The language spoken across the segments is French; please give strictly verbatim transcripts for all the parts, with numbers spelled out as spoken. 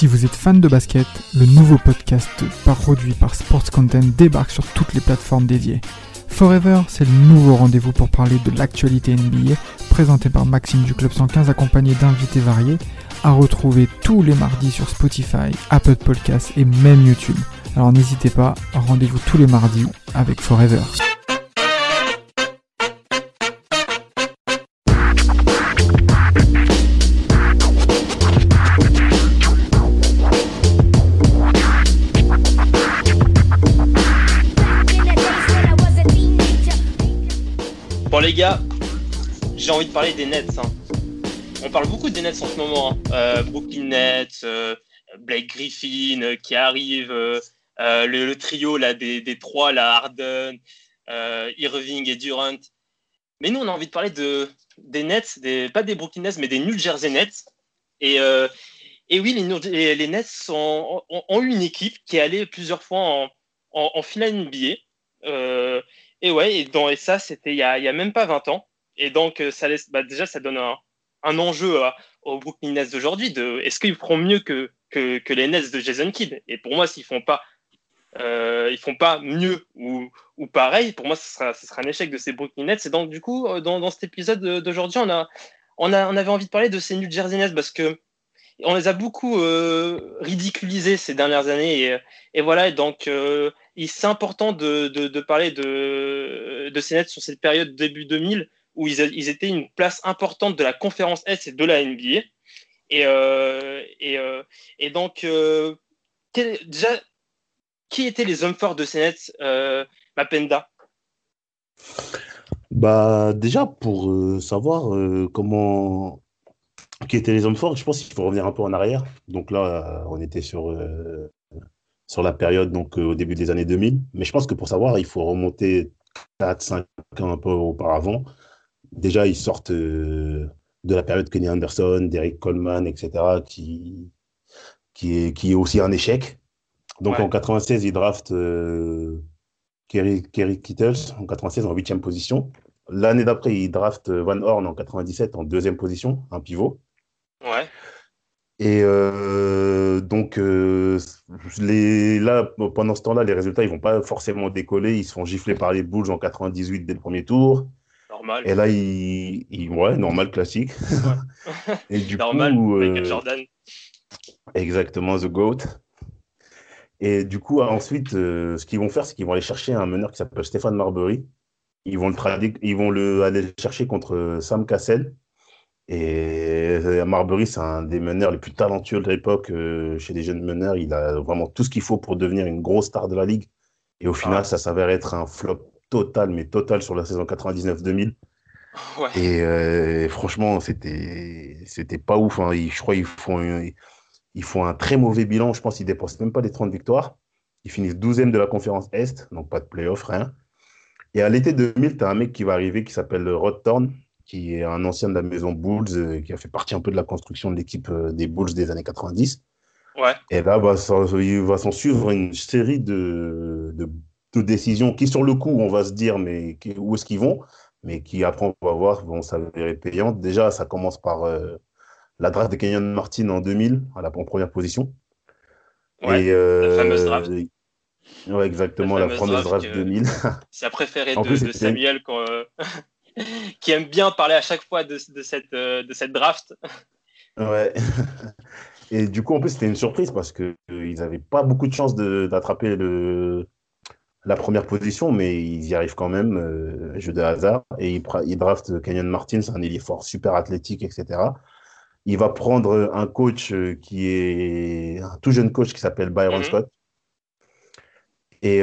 Si vous êtes fan de basket, le nouveau podcast produit par Sports Content débarque sur toutes les plateformes dédiées. Forever, c'est le nouveau rendez-vous pour parler de l'actualité N B A, présenté par Maxime du Club cent quinze accompagné d'invités variés, à retrouver tous les mardis sur Spotify, Apple Podcasts et même YouTube. Alors n'hésitez pas, rendez-vous tous les mardis avec Forever. Bon les gars, j'ai envie de parler des Nets. Hein. On parle beaucoup des Nets en ce moment. Hein. Euh, Brooklyn Nets, euh, Blake Griffin euh, qui arrive, euh, euh, le, le trio là, des, des trois, là, Harden, euh, Irving et Durant. Mais nous, on a envie de parler de, des Nets, des, pas des Brooklyn Nets, mais des New Jersey Nets. Et, euh, et oui, les, les, les Nets sont, ont, ont eu une équipe qui est allée plusieurs fois en, en, en finale N B A. Euh, Et ouais, et, dans, et ça, c'était il y a, il y a même pas vingt ans. Et donc, ça laisse, bah déjà, ça donne un, un enjeu à, aux Brooklyn Nets d'aujourd'hui. De, est-ce qu'ils feront mieux que, que, que les Nets de Jason Kidd? Et pour moi, s'ils font pas, euh, ils font pas mieux ou, ou pareil, pour moi, ce sera, ce sera un échec de ces Brooklyn Nets. Et donc, du coup, dans, dans cet épisode d'aujourd'hui, on a, on a, on avait envie de parler de ces New Jersey Nets parce que on les a beaucoup euh, ridiculisés ces dernières années. Et, et voilà, et donc, euh, c'est important de, de, de parler de, de ces Nets sur cette période début deux mille où ils, ils étaient une place importante de la conférence Est et de la N B A. Et, euh, et, euh, et donc, euh, quel, déjà, qui étaient les hommes forts de ces Nets, euh, Mapenda? Bah, déjà, pour euh, savoir euh, comment qui étaient les hommes forts, je pense qu'il faut revenir un peu en arrière. Donc là, on était sur, euh, sur la période donc, euh, au début des années deux mille. Mais je pense que pour savoir, il faut remonter quatre cinq ans un peu auparavant. Déjà, ils sortent euh, de la période Kenny Anderson, Derrick Coleman, et cetera, qui, qui, est, qui est aussi un échec. Donc ouais. En quatre-vingt-seize, ils draftent euh, Kerry, Kerry Kittles en quatre-vingt-seize en huitième position. L'année d'après, ils draftent Van Horn en quatre-vingt-dix-sept en deuxième position, un pivot. Ouais. Et euh, donc, euh, les, là, pendant ce temps-là, les résultats, ils ne vont pas forcément décoller. Ils se font gifler par les Bulls en quatre-vingt-dix-huit dès le premier tour. Normal. Et là, ils, ils ouais, normal, classique. Ouais. Et du normal, coup, Michael euh, Jordan. Exactement, The GOAT. Et du coup, ensuite, euh, ce qu'ils vont faire, c'est qu'ils vont aller chercher un meneur qui s'appelle Stéphane Marbury. Ils vont le, tradi- ils vont le aller le chercher contre Sam Cassell. Et Marbury, c'est un des meneurs les plus talentueux de l'époque euh, chez les jeunes meneurs. Il a vraiment tout ce qu'il faut pour devenir une grosse star de la ligue. Et au final, ah. ça s'avère être un flop total, mais total sur la saison quatre-vingt-dix-neuf deux mille. Ouais. Et euh, franchement, c'était, c'était pas ouf. Hein. Ils, je crois qu'ils font, ils, ils font un très mauvais bilan. Je pense qu'ils ne dépassent même pas les trente victoires. Ils finissent douzième de la conférence Est, donc pas de play-off, rien. Et à l'été deux mille, tu as un mec qui va arriver qui s'appelle Rod Thorne, qui est un ancien de la maison Bulls, euh, qui a fait partie un peu de la construction de l'équipe euh, des Bulls des années quatre-vingt-dix. Ouais. Et là, bah, ça, il va s'en suivre une série de, de, de décisions qui, sur le coup, on va se dire mais qui, où est-ce qu'ils vont, mais qui, après, on va voir, vont s'avérer payantes. Déjà, ça commence par euh, la draft de Kenyon Martin en deux mille, à la, en première position. Ouais, Et, euh, la fameuse draft. Ouais, exactement, la, la fameuse draft, draft deux mille. C'est la préférée en de, plus, de Samuel quand, euh, qui aime bien parler à chaque fois de, de, cette, euh, de cette draft. Ouais. Et du coup, en plus, c'était une surprise parce qu'ils euh, n'avaient pas beaucoup de chance de, d'attraper le, la première position, mais ils y arrivent quand même, euh, jeu de hasard. Et ils, ils draftent Kenyon Martin, c'est un ailier fort, super athlétique, et cetera. Il va prendre un coach qui est un tout jeune coach qui s'appelle Byron mm-hmm. Scott. Et,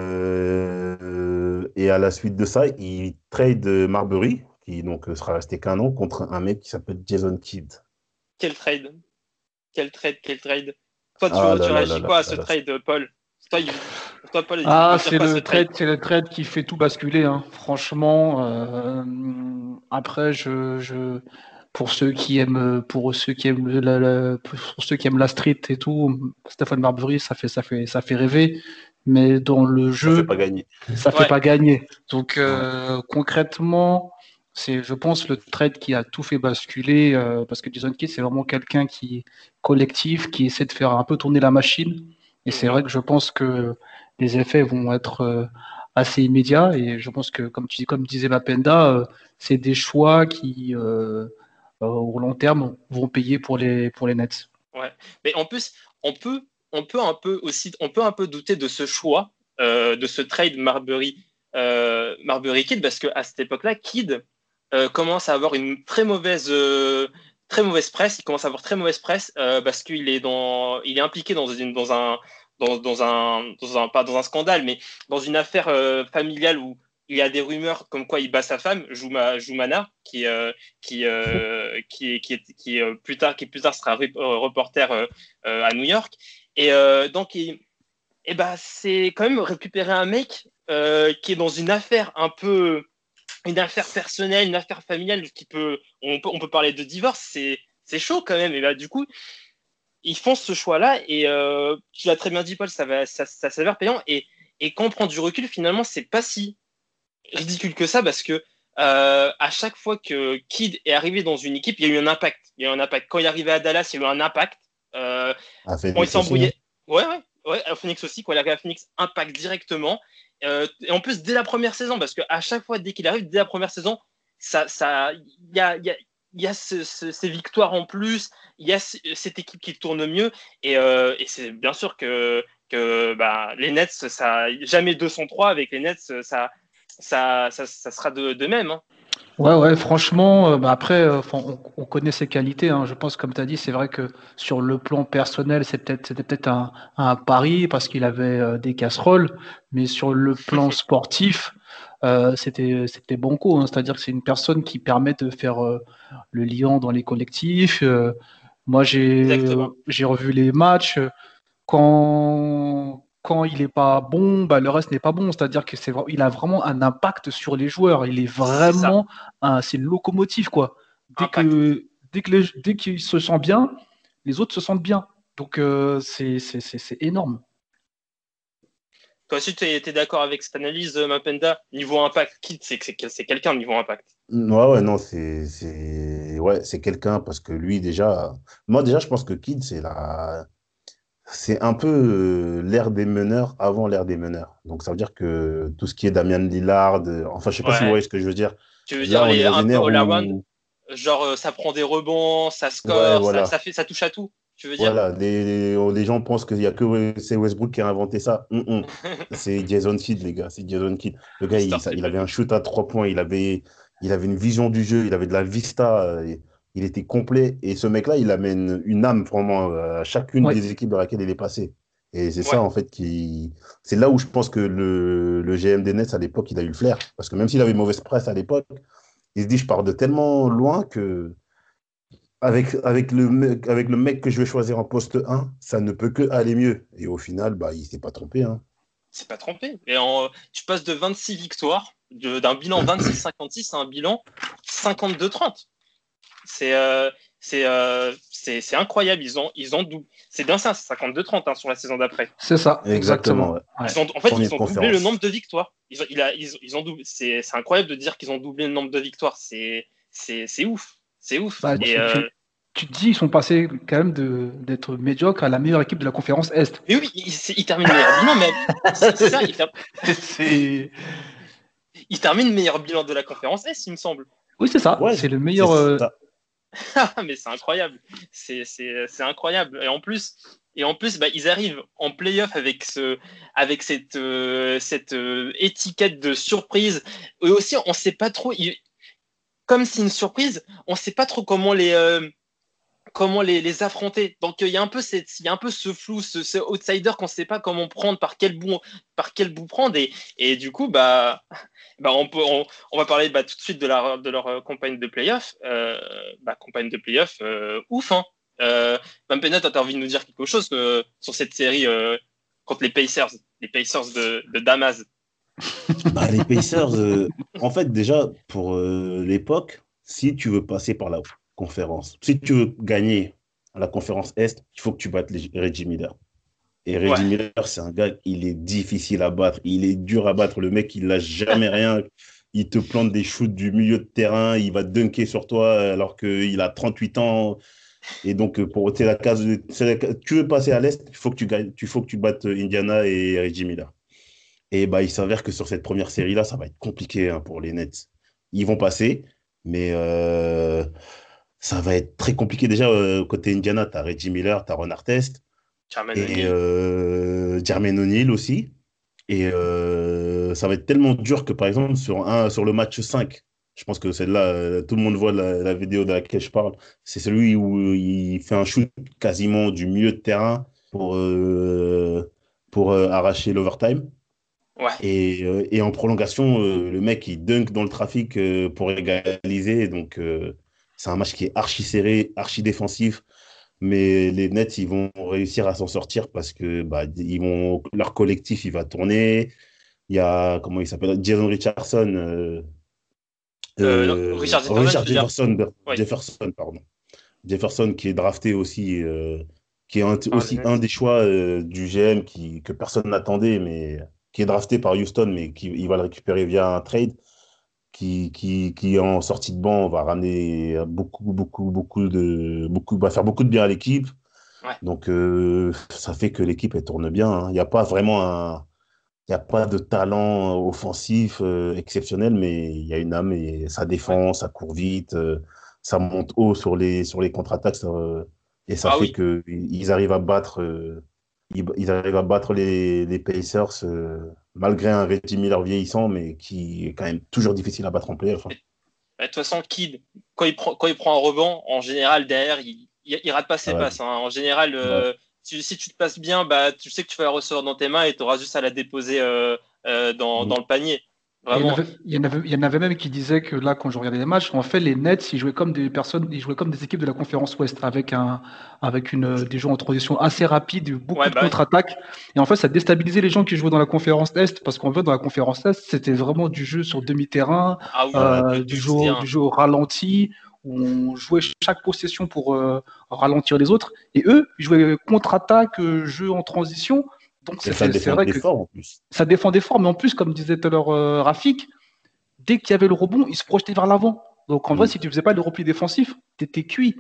euh, et à la suite de ça, il trade Marbury, qui donc sera resté qu'un an, contre un mec qui s'appelle Jason Kidd. Quel trade Quel trade Quel trade Toi, tu, ah tu là réagis là quoi là à ce là trade, Paul toi, il, toi, Paul, Ah, c'est le, trade, c'est le trade qui fait tout basculer. Hein. Franchement, euh, après, je, je, pour ceux qui aiment, pour ceux qui aiment la, la, pour ceux qui aiment la street et tout, Stéphane Marbury, ça fait, ça fait, ça fait rêver. Mais dans le jeu, ça fait pas gagner. Ça fait ouais. pas gagner. Donc euh, ouais. concrètement, C'est, je pense, le trade qui a tout fait basculer, euh, parce que Jason Kidd, c'est vraiment quelqu'un qui est collectif, qui essaie de faire un peu tourner la machine. Et c'est vrai que je pense que les effets vont être euh, assez immédiats. Et je pense que, comme tu dis, comme disait Mapenda, euh, c'est des choix qui, euh, euh, au long terme, vont payer pour les, pour les Nets. Ouais. Mais en plus, on peut, on peut un peu aussi, on peut un peu douter de ce choix, euh, de ce trade Marbury, euh, Marbury Kidd, parce qu'à cette époque-là, Kidd euh, commence à avoir une très mauvaise, euh, très mauvaise presse. Il commence à avoir très mauvaise presse euh, parce qu'il est dans, il est impliqué dans une, dans un, dans, dans un, dans un, pas dans un scandale, mais dans une affaire euh, familiale où il y a des rumeurs comme quoi il bat sa femme, Juma, Jumana, qui, euh, qui, euh, qui, est, qui, est, qui, est, plus tard, qui plus tard sera reporter euh, euh, à New York. Et euh, donc, il, et bah, c'est quand même récupérer un mec euh, qui est dans une affaire un peu, une affaire personnelle, une affaire familiale qui peut, on peut, on peut parler de divorce, c'est, c'est chaud quand même. Et bah, du coup, ils font ce choix-là et euh, tu l'as très bien dit, Paul, ça va, ça, ça s'avère payant. Et, et quand on prend du recul, finalement, c'est pas si ridicule que ça parce que euh, à chaque fois que Kidd est arrivé dans une équipe, il y a eu un impact. Il y a eu un impact. Quand il est arrivé à Dallas, il y a eu un impact. Euh, À quand il Phoenix aussi, hein. s'embrouillait. Ouais, ouais, ouais, à Phoenix aussi. Quand il arrive à Phoenix, impact directement. Euh, et en plus, dès la première saison, parce qu'à chaque fois, dès qu'il arrive, dès la première saison, ça, ça, il y a, il y a, il y a ce, ce, ces victoires en plus, il y a ce, cette équipe qui tourne mieux. Et, euh, et c'est bien sûr que, que bah, les Nets, ça, jamais deux cent trois avec les Nets, ça. Ça, ça, ça sera de, de même. Hein. Ouais, ouais, franchement, euh, bah après, euh, on, on connaît ses qualités. Hein. Je pense, comme tu as dit, c'est vrai que sur le plan personnel, c'est peut-être, c'était peut-être un, un pari parce qu'il avait euh, des casseroles, mais sur le plan sportif, euh, c'était, c'était banco. Hein. C'est-à-dire que c'est une personne qui permet de faire euh, le lien dans les collectifs. Euh, moi, j'ai, Exactement. j'ai revu les matchs. Quand, quand il n'est pas bon, bah, le reste n'est pas bon. C'est-à-dire que c'est, il a vraiment un impact sur les joueurs. Il est C'est ça. vraiment un, c'est une locomotive, quoi. Dès Impact. que, dès que les, dès qu'il se sent bien, les autres se sentent bien. Donc euh, c'est, c'est, c'est, c'est énorme. Toi aussi, tu es d'accord avec cette analyse, Mapenda? Niveau impact, Kidd, c'est, c'est, c'est quelqu'un niveau impact. Ouais, ouais, non, c'est c'est ouais, c'est quelqu'un parce que lui, déjà, moi, déjà, je pense que Kid, c'est la... c'est un peu euh, l'ère des meneurs avant l'ère des meneurs. Donc, ça veut dire que tout ce qui est Damian Lillard, euh, enfin, je sais pas si vous Ouais. voyez ce que je veux dire. Tu veux dire Là, on est les dans un une peu ère all-around, où, genre euh, ça prend des rebonds, ça ouais, score, ça, voilà. ça, fait, ça touche à tout, tu veux dire? Voilà, les, les gens pensent qu'il y a que c'est Westbrook qui a inventé ça. Hum, hum. C'est Jason Kidd, les gars. C'est Jason Kidd. Le gars, Mister il, ça- il Triple avait un Double. shoot à trois points. Il avait, il avait une vision du jeu. Il avait de la vista. euh, et- il était complet. Et ce mec-là, il amène une âme vraiment euh, à chacune Ouais. des équipes dans laquelle il est passé. Et c'est ça, Ouais. en fait, qui. C'est là où je pense que le, le G M des Nets, à l'époque, il a eu le flair. Parce que même s'il avait une mauvaise presse à l'époque, il se dit, je pars de tellement loin que. Avec, avec, le, mec- avec le mec que je vais choisir en poste un, ça ne peut que aller mieux. Et au final, bah, il ne s'est pas trompé. Hein. C'est pas trompé. Et en, tu passes de vingt-six victoires, de, d'un bilan vingt-six cinquante-six à un bilan cinquante-deux trente. C'est, euh, c'est, euh, c'est, c'est incroyable. Ils ont, ils ont doublé. C'est bien ça, c'est cinquante-deux trente hein, sur la saison d'après. C'est ça, Exactement. exactement. Ouais. Ouais. Ils ont, en fait, Premier ils de ont doublé le conférence. nombre de victoires. Ils ont, il a, ils, ils ont doublé. C'est, c'est incroyable de dire qu'ils ont doublé le nombre de victoires. C'est, c'est, c'est ouf. C'est ouf. Bah, Et tu, euh, tu, tu te dis, ils sont passés quand même de, d'être médiocres à la meilleure équipe de la conférence Est. mais oui, il, il termine meilleur bilan, mais c'est, c'est ça. Il, ter- C'est... il termine meilleur bilan de la conférence S, il me semble. Oui, c'est ça. Ouais, C'est le c'est meilleur. euh, ça. Mais c'est incroyable. C'est, c'est, c'est incroyable. Et en plus, et en plus bah, ils arrivent en playoff avec, ce, avec cette, euh, cette euh, étiquette de surprise. Et aussi, on ne sait pas trop, il, comme c'est une surprise, on ne sait pas trop comment les, euh, comment les, les affronter. Donc, il y a un peu, cette, il y a un peu ce flou, ce, ce outsider qu'on ne sait pas comment prendre, par quel bout, par quel bout prendre. Et, et du coup, bah, bah, on, peut, on, on va parler bah, tout de suite de, la, de leur euh, campagne de playoff. Euh, bah, campagne de playoff, euh, ouf. Hein. Euh, Mampena, tu as envie de nous dire quelque chose que, sur cette série euh, contre les Pacers, les Pacers de, de Damas. Bah, les Pacers, euh, en fait, déjà, pour euh, l'époque, si tu veux passer par la conférence, si tu veux gagner la conférence Est, il faut que tu battes les- Reggie Miller. Et Ouais. Reggie Miller, c'est un gars, il est difficile à battre, il est dur à battre. Le mec, il lâche jamais rien. il te plante des shoots du milieu de terrain, il va dunker sur toi alors qu'il a trente-huit ans. Et donc, pour t'es la case, c'est la- tu veux passer à l'Est, il faut que tu gagnes, il faut que tu battes Indiana et Reggie Miller. Et bah, il s'avère que sur cette première série-là, ça va être compliqué hein, pour les Nets. Ils vont passer, mais euh, ça va être très compliqué. Déjà, euh, côté Indiana, tu as Reggie Miller, tu as Ron Artest Jermaine et O'Neal. euh, Jermaine O'Neal aussi. Et euh, ça va être tellement dur que, par exemple, sur, un, sur le match cinq, je pense que celle-là, euh, tout le monde voit la, la vidéo de laquelle je parle, c'est celui où il fait un shoot quasiment du milieu de terrain pour, euh, pour euh, arracher l'overtime. Ouais. Et, euh, et en prolongation, euh, le mec, il dunk dans le trafic euh, pour égaliser. Donc, euh, c'est un match qui est archi serré, archi défensif. Mais les Nets, ils vont réussir à s'en sortir parce que bah, ils vont, leur collectif, il va tourner. Il y a, comment il s'appelle? Jason Richardson. euh, Euh, non, euh, Richard Jefferson, tu Richard veux dire? Jefferson, Oui. Jefferson, pardon. Jefferson qui est drafté aussi, euh, qui est un- Par les aussi un Nets. des choix euh, du G M qui, que personne n'attendait, mais qui est drafté par Houston, mais qui il va le récupérer via un trade, qui, qui, qui en sortie de banc va ramener beaucoup, beaucoup, beaucoup de, beaucoup, va faire beaucoup de bien à l'équipe. Ouais. Donc, euh, ça fait que l'équipe, elle tourne bien. hein. Il n'y a pas vraiment un, il n'y a pas de talent offensif euh, exceptionnel, mais il y a une âme et ça Ouais. défend, ça court vite, euh, ça monte haut sur les, sur les contre-attaques. ça, euh, et ça Ah fait oui. qu'ils arrivent à battre, euh, ils, ils arrivent à battre les, les Pacers euh, malgré un Reggie Miller vieillissant, mais qui est quand même toujours difficile à battre en playoff. hein. Et- De toute façon, Kidd, quand il prend, quand il prend un rebond, en général, derrière, il, il, il rate pas ses Ah ouais. passes. hein. En général, Ouais. euh, tu- si tu te passes bien, bah, tu sais que tu vas la recevoir dans tes mains et tu auras juste à la déposer euh, euh, dans, Mm. dans le panier. Et il y en Vraiment. avait, il y en avait, il y en avait même qui disaient que là, quand je regardais les matchs, en fait, les Nets, ils jouaient comme des personnes, ils jouaient comme des équipes de la conférence Ouest, avec un, avec une, des jeux en transition assez rapides, beaucoup Ouais, de bah oui. contre-attaques. Et en fait, ça déstabilisait les gens qui jouaient dans la conférence Est, parce qu'en fait, dans la conférence Est, c'était vraiment du jeu sur demi-terrain, Ah oui, Ouais. euh, le du jeu, du quotidien. jeu au ralenti, où on jouait chaque possession pour euh, ralentir les autres. Et eux, ils jouaient contre-attaque, euh, jeu en transition. Donc, Et ça c'était, c'est vrai défendait que fort en plus. ça défendait fort, mais en plus, comme disait tout à l'heure euh, Rafik, dès qu'il y avait le rebond, il se projetait vers l'avant. Donc en vrai, Mm. si tu faisais pas le repli défensif, t'étais cuit.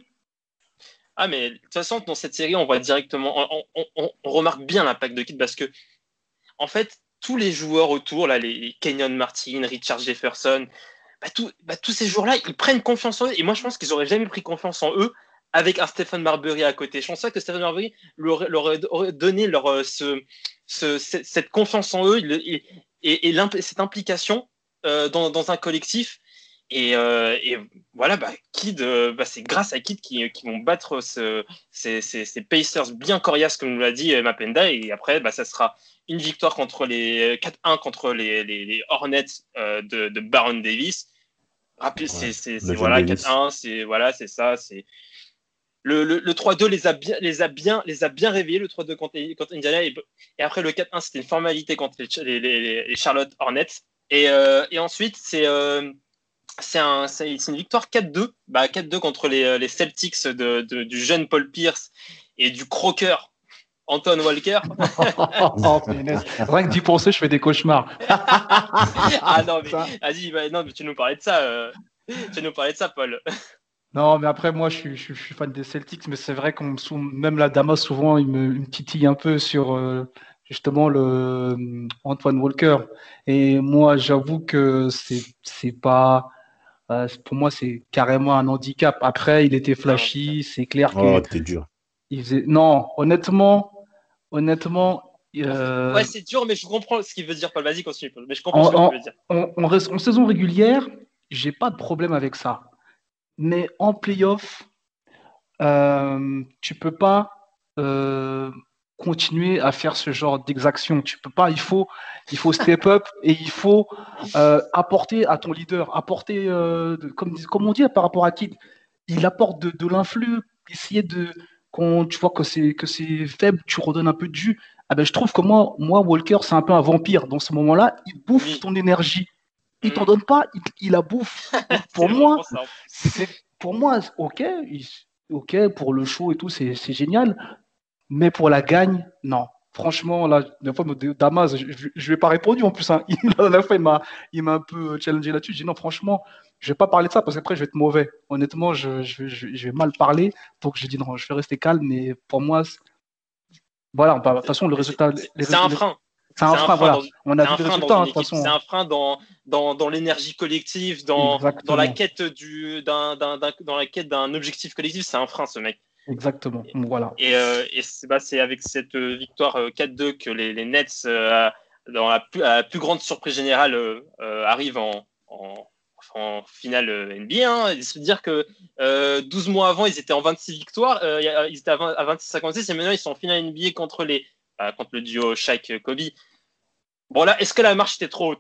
Ah, mais de toute façon, dans cette série, on voit directement, on, on, on, on remarque bien l'impact de Kidd parce que, en fait, tous les joueurs autour, là, les Kenyon Martin, Richard Jefferson, bah, tout, bah, tous ces joueurs-là, ils prennent confiance en eux. Et moi, je pense qu'ils n'auraient jamais pris confiance en eux avec un Stephen Marbury à côté. Je pense pas que Stephen Marbury leur, leur aurait donné leur, euh, ce, ce, cette confiance en eux et, et, et cette implication euh, dans, dans un collectif. Et, euh, et voilà, bah, Kidd, euh, bah, c'est grâce à Kidd qui, qui vont battre ce, ces, ces, ces Pacers bien coriaces, comme nous l'a dit Mapenda. Et après, bah, ça sera une victoire contre les quatre un contre les, les, les Hornets euh, de, de Baron Davis. Rappelez, Ouais. c'est, c'est, c'est Le jeune voilà, Davis. quatre un, c'est voilà, c'est ça, c'est le, le, le trois deux les a bien, les a bien, les a bien réveillés, le trois deux contre, contre Indiana, et, et après le quatre un, c'était une formalité contre les, les, les, les Charlotte Hornets. Et, euh, et ensuite, c'est euh, c'est, un, c'est, c'est une victoire quatre deux, bah, quatre deux contre les, les Celtics de, de, du jeune Paul Pierce et du croqueur Anton Walker. Oh, rien que d'y penser, je fais des cauchemars. Ah non, mais vas-y, bah, non, mais tu nous parlais de ça. Euh, tu nous parlais de ça, Paul. Non, mais après, moi, je suis, je, je suis fan des Celtics, mais c'est vrai qu'on même la Damas, souvent, il me, il me titille un peu sur euh, justement le euh, Antoine Walker. Et moi, j'avoue que c'est, c'est pas. Euh, pour moi, c'est carrément un handicap. Après, il était flashy, c'est clair Oh, que t'es dur. il faisait. Non, honnêtement, honnêtement. Euh, Ouais, c'est dur, mais je comprends ce qu'il veut dire, Paul. Vas-y, continue, Paul. Mais je comprends en, ce que en, tu veux dire. en, en, en saison régulière, j'ai pas de problème avec ça. Mais en playoff, euh, tu peux pas euh, continuer à faire ce genre d'exaction. Tu peux pas. Il faut, il faut step up et il faut euh, apporter à ton leader, apporter, euh, de, comme, comme on dit par rapport à Kidd, il apporte de, de l'influx, essayer de quand tu vois que c'est que c'est faible, tu redonnes un peu de jus. Ah ben, je trouve que moi, moi Walker, c'est un peu un vampire. Dans ce moment-là, il bouffe Oui. ton énergie. Il Mmh. t'en donne pas, il, il la bouffe. Donc, pour moi, ça. c'est pour moi, ok, il, ok pour le show et tout, c'est, c'est génial. Mais pour la gagne, non. franchement, là, la dernière fois, Damas, je ne lui ai pas répondu en plus. Hein. La dernière fois, il m'a, il m'a un peu challengé là-dessus. J'ai dit non, franchement, je ne vais pas parler de ça parce qu'après, je vais être mauvais. Honnêtement, je, je, je, je vais mal parler. Donc, j'ai dit non, je vais rester calme. Mais pour moi, c'est... voilà, bah, de toute façon, le résultat. C'est, les, c'est un les, frein. C'est un, c'est frein, un frein, voilà. dans, On a c'est vu un le frein résultat, dans hein, une de toute équipe. façon. C'est un frein dans, dans, dans l'énergie collective, dans, dans la quête du, d'un, d'un, d'un, dans la quête d'un objectif collectif. C'est un frein, ce mec. Exactement. Et, voilà. Et, euh, et c'est, bah, c'est avec cette victoire quatre deux que les, les Nets, euh, dans la plus, la plus grande surprise générale, euh, euh, arrivent en, en, en finale N B A. Hein. Et se dire que euh, douze mois avant, ils étaient en vingt-six victoires, euh, ils étaient à, vingt, à vingt-six cinquante-six, et maintenant ils sont en finale N B A contre les euh, contre le duo Shaq-Kobe. Bon là, est-ce que la marche était trop haute?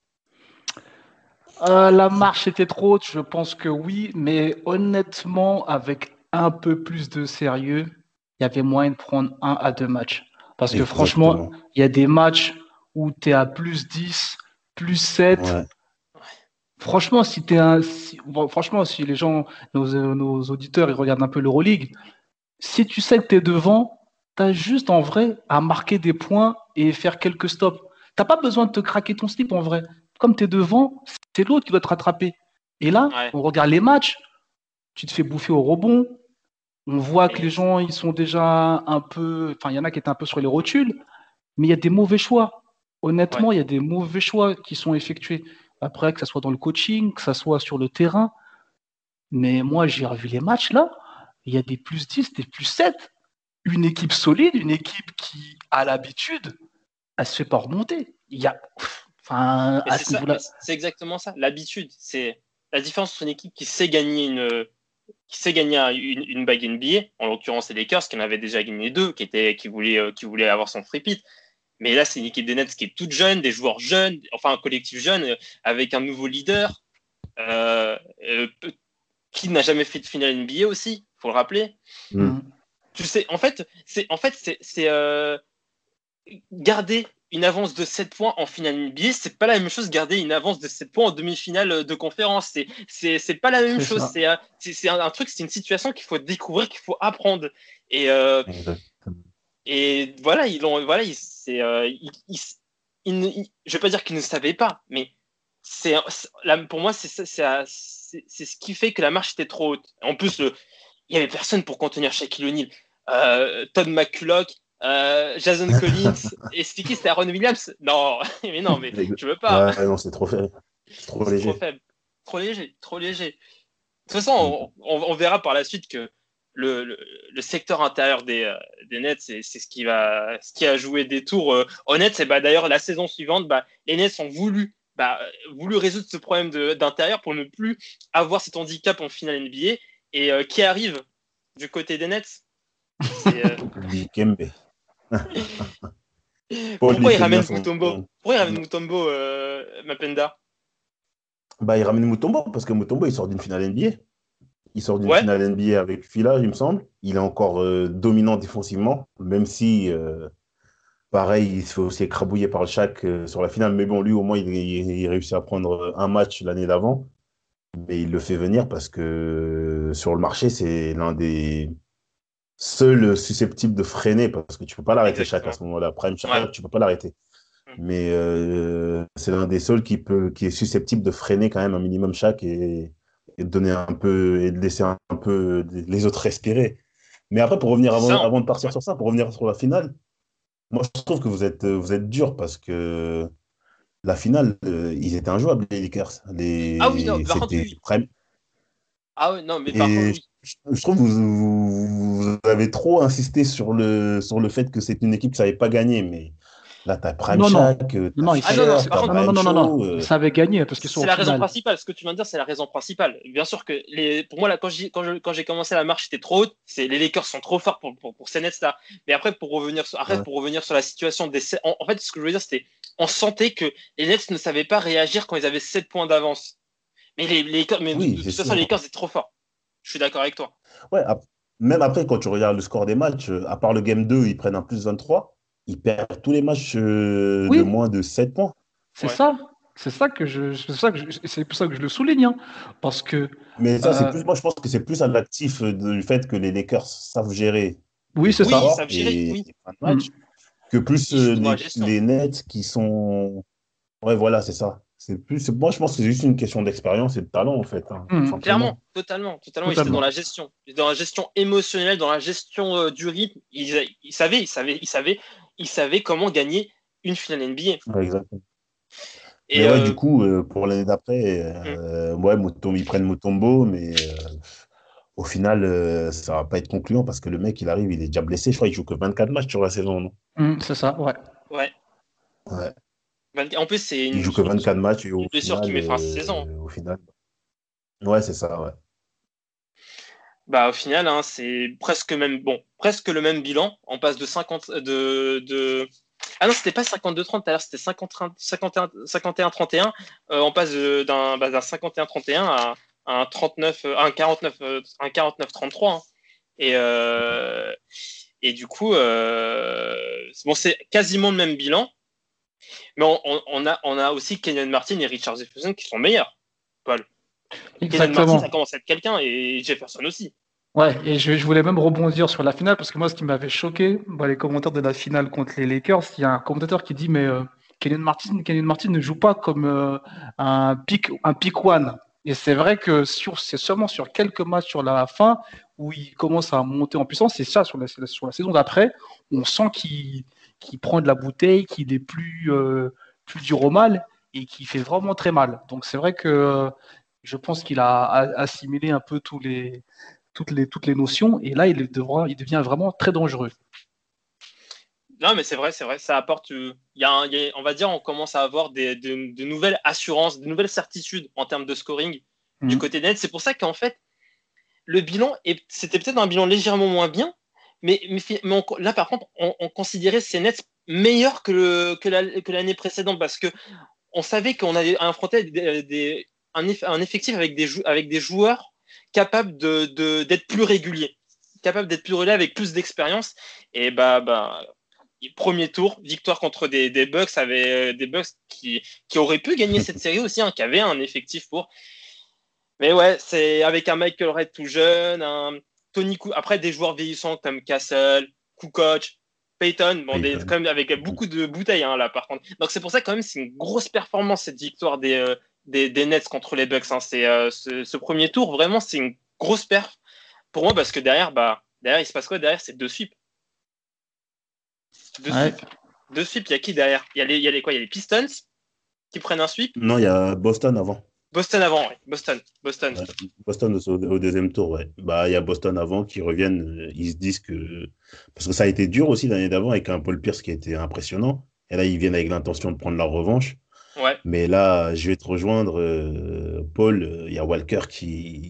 euh, La marche était trop haute, je pense que oui, mais honnêtement, avec un peu plus de sérieux, il y avait moyen de prendre un à deux matchs. Parce que Exactement. Franchement, il y a des matchs où tu es à plus dix, plus sept. Ouais. Franchement, si t'es un, si, bon, franchement, si les gens, nos, nos auditeurs, ils regardent un peu l'Euroleague, si tu sais que tu es devant, tu as juste en vrai à marquer des points et faire quelques stops. Tu n'as pas besoin de te craquer ton slip en vrai. Comme tu es devant, c'est l'autre qui doit te rattraper. Et là, ouais. on regarde les matchs, tu te fais bouffer au rebond. On voit que les gens, ils sont déjà un peu. Enfin, il y en a qui étaient un peu sur les rotules, mais il y a des mauvais choix. Honnêtement, il ouais. y a des mauvais choix qui sont effectués. Après, que ce soit dans le coaching, que ce soit sur le terrain. Mais moi, j'ai revu les matchs là. Il y a des plus dix, des plus sept. Une équipe solide, une équipe qui a l'habitude, elle ne se fait pas remonter. Il y a. Enfin, à c'est, ce ça, c'est exactement ça. L'habitude, c'est la différence entre une équipe qui sait gagner une, qui sait gagner une, une bague N B A, en l'occurrence les Lakers, qui en avaient déjà gagné deux, qui, étaient, qui, voulaient, qui voulaient avoir son three-peat. Mais là, c'est une équipe des Nets qui est toute jeune, des joueurs jeunes, enfin un collectif jeune, avec un nouveau leader, euh, euh, qui n'a jamais fait de finale N B A aussi, il faut le rappeler. Mm. Tu sais, en fait, c'est, en fait, c'est, c'est euh, garder une avance de sept points en finale N B A, c'est pas la même chose garder une avance de sept points en demi-finale de conférence. C'est, c'est, c'est pas la même c'est chose. C'est, c'est, c'est un, un truc, c'est une situation qu'il faut découvrir, qu'il faut apprendre. Et, euh, et voilà, ils ont, voilà, ils, c'est, euh, ils, ils, ils, ils, je vais pas dire qu'ils ne savaient pas, mais c'est, c'est là, pour moi, c'est, c'est, c'est, c'est ce qui fait que la marche était trop haute. En plus, le, il y avait personne pour contenir Shaquille O'Neal, euh, Todd McCulloch. Euh, Jason Collins et c'était qui? C'était Aaron Williams? Non, mais non, mais je veux pas. Ouais, non, c'est trop faible. C'est trop c'est léger. Trop faible. Trop léger, trop léger. De toute façon, on, on, on verra par la suite que le, le, le secteur intérieur des, euh, des Nets, c'est, c'est ce qui va, ce qui a joué des tours euh, honnêtes. C'est bah, d'ailleurs la saison suivante, bah, les Nets ont voulu, bah, voulu résoudre ce problème de, d'intérieur pour ne plus avoir cet handicap en finale N B A. Et euh, qui arrive du côté des Nets? C'est euh... Kembe. Pourquoi il ramène Mutombo? Pourquoi il ramène Mutombo, euh, Mapenda? Bah, il ramène Mutombo parce que Mutombo il sort d'une finale N B A. Il sort d'une ouais. finale N B A avec Fila, il me semble. Il est encore euh, dominant défensivement, même si, euh, pareil, il se fait aussi écrabouiller par le Shaq euh, sur la finale. Mais bon, lui, au moins, il, il, il réussit à prendre un match l'année d'avant. Mais il le fait venir parce que euh, sur le marché, c'est l'un des seuls susceptibles de freiner parce que tu peux pas l'arrêter Shaq à ce moment-là. Prime Shaq, ouais. tu peux pas l'arrêter. Mais euh, c'est l'un des seuls qui, peut, qui est susceptible de freiner quand même un minimum Shaq et, et de donner un peu et de laisser un, un peu les autres respirer. Mais après, pour revenir avant, avant de partir sur ça, pour revenir sur la finale, moi je trouve que vous êtes, vous êtes dur parce que la finale, euh, ils étaient injouables, les Lakers. Les... Ah oui, non, par contre, oui. Prime... Ah oui, non, mais par et contre, oui. Je, je trouve que vous, vous avez trop insisté sur le, sur le fait que c'est une équipe qui ne savait pas gagner, mais là, tu as Prime non, Shaq, non. Non, non, ah, non, non, par contre, non, non, non, non, non, euh... ça avait gagné parce qu'ils sont c'est la raison principale. Ce que tu viens de dire, c'est la raison principale. Bien sûr que les, pour moi, là, quand, j'ai, quand, je, quand j'ai commencé la marche, c'était trop haute. C'est, les Lakers sont trop forts pour, pour, pour ces Nets-là. Mais après, pour revenir sur, après, ouais. pour revenir sur la situation des, en, en fait, ce que je veux dire, c'était, on sentait que les Nets ne savaient pas réagir quand ils avaient sept points d'avance. Mais les, les Lakers, mais oui, de, de toute façon, les Lakers étaient trop forts. Je suis d'accord avec toi. Ouais, ap- même après, quand tu regardes le score des matchs, euh, à part le game deux, ils prennent un plus vingt-trois, ils perdent tous les matchs euh, oui. de moins de sept points. C'est ouais. ça. C'est ça que je, c'est ça que je, c'est pour ça que je le souligne, hein, parce que. Mais ça, euh... c'est plus, moi, je pense que c'est plus un actif du fait que les Lakers savent gérer. Oui, c'est oui, ça. Ils savent gérer, et, oui. et match, mmh. que plus il joue euh, dans la les, gestion. les Nets qui sont. Ouais, voilà, c'est ça. C'est plus, c'est- moi, je pense que c'est juste une question d'expérience et de talent, en fait, hein, tout Mhm. Clairement, simplement. totalement, totalement. Il était dans Totalement. la gestion, Il était dans la gestion émotionnelle, dans la gestion euh, du rythme. Il, il savait, il savait, il savait, il savait comment gagner une finale N B A. Ouais, exactement. Mais Et ouais, du euh, coup, euh, pour l'année d'après, hmm. euh, ouais, Mutombo, ils prennent Mutombo, mais euh, au final, euh, ça va pas être concluant parce que le mec, il arrive, il est déjà blessé. Je crois qu'il joue que vingt-quatre matchs sur la saison, non? Mhm, c'est ça, ouais. Ouais. Ouais. En plus, c'est Il une, joue que une, vingt-quatre matchs et une au blessure qui final, met fin à sa saison. euh, au final, ouais, c'est ça, ouais. Bah, au final, hein, c'est presque même bon, presque le même bilan. On passe de cinquante de, de... Ah non, c'était pas cinquante-deux trente tout à l'heure, c'était cinquante, cinquante et un, cinquante et un trente et un. Euh, on passe de- d'un, bah, d'un cinquante et un trente et un à, à un trente-neuf, à un quarante-neuf, euh, un quarante-neuf trente-trois. Hein. Et, euh, et du coup, euh, bon, c'est quasiment le même bilan, mais on, on- on a, on a aussi Kenyon Martin et Richard Jefferson qui sont meilleurs. Paul. Kenyon Martin, ça Exactement. commence à être quelqu'un, et Jefferson aussi. Ouais, et je, je voulais même rebondir sur la finale parce que moi, ce qui m'avait choqué, bah, les commentaires de la finale contre les Lakers, il y a un commentateur qui dit mais euh, Kenyon Martin, Kenyon Martin ne joue pas comme euh, un pick, un pick one. Et c'est vrai que sur, c'est seulement sur quelques matchs sur la fin où il commence à monter en puissance. C'est ça sur la, sur la saison d'après, on sent qu'il qu'il prend de la bouteille, qu'il est plus euh, plus dur au mal et qu'il fait vraiment très mal. Donc c'est vrai que euh, je pense qu'il a a- assimilé un peu tous les toutes les, toutes les notions, et là, il, devra, il devient vraiment très dangereux. Non, mais c'est vrai, c'est vrai, ça apporte. Euh, il y a un- il y a- on va dire, on commence à avoir des, de, de nouvelles assurances, de nouvelles certitudes en termes de scoring du Mmh. côté net. C'est pour ça qu'en fait, le bilan, est, c'était peut-être un bilan légèrement moins bien, mais, mais, mais on- là, par contre, on, on considérait ces Nets meilleurs que, le, que, la, que l'année précédente parce que on savait qu'on avait affronté des, des, un, eff, un effectif avec des, jou, avec des joueurs capables de, de, d'être plus réguliers, capables d'être plus relais avec plus d'expérience. Et bah, bah, premier tour, victoire contre des, des Bucks, avec des Bucks qui, qui auraient pu gagner cette série aussi, hein, qui avaient un effectif pour. Mais ouais, c'est avec un Michael Redd tout jeune, un Tony Cou... après des joueurs vieillissants comme Castle, Kukoc, Payton, bon, des, Payton. quand même avec beaucoup de bouteilles hein, là par contre. Donc c'est pour ça quand même c'est une grosse performance cette victoire des, euh, des, des Nets contre les Bucks. Hein. C'est euh, ce, ce premier tour vraiment c'est une grosse perf pour moi parce que derrière bah derrière il se passe quoi derrière c'est deux sweeps. Deux Ouais. sweeps. Deux sweeps, il y a qui derrière Il y a les il y a les quoi Il y a les Pistons qui prennent un sweep. Non, il y a Boston avant. Boston avant, ouais. Boston, Boston. Ouais, Boston au, au deuxième tour, ouais. Bah, il y a Boston avant qui reviennent. euh, Ils se disent que. Parce que ça a été dur aussi l'année d'avant avec un Paul Pierce qui a été impressionnant. Et là, ils viennent avec l'intention de prendre leur revanche. Ouais. Mais là, je vais te rejoindre, euh, Paul. Il euh, y a Walker qui.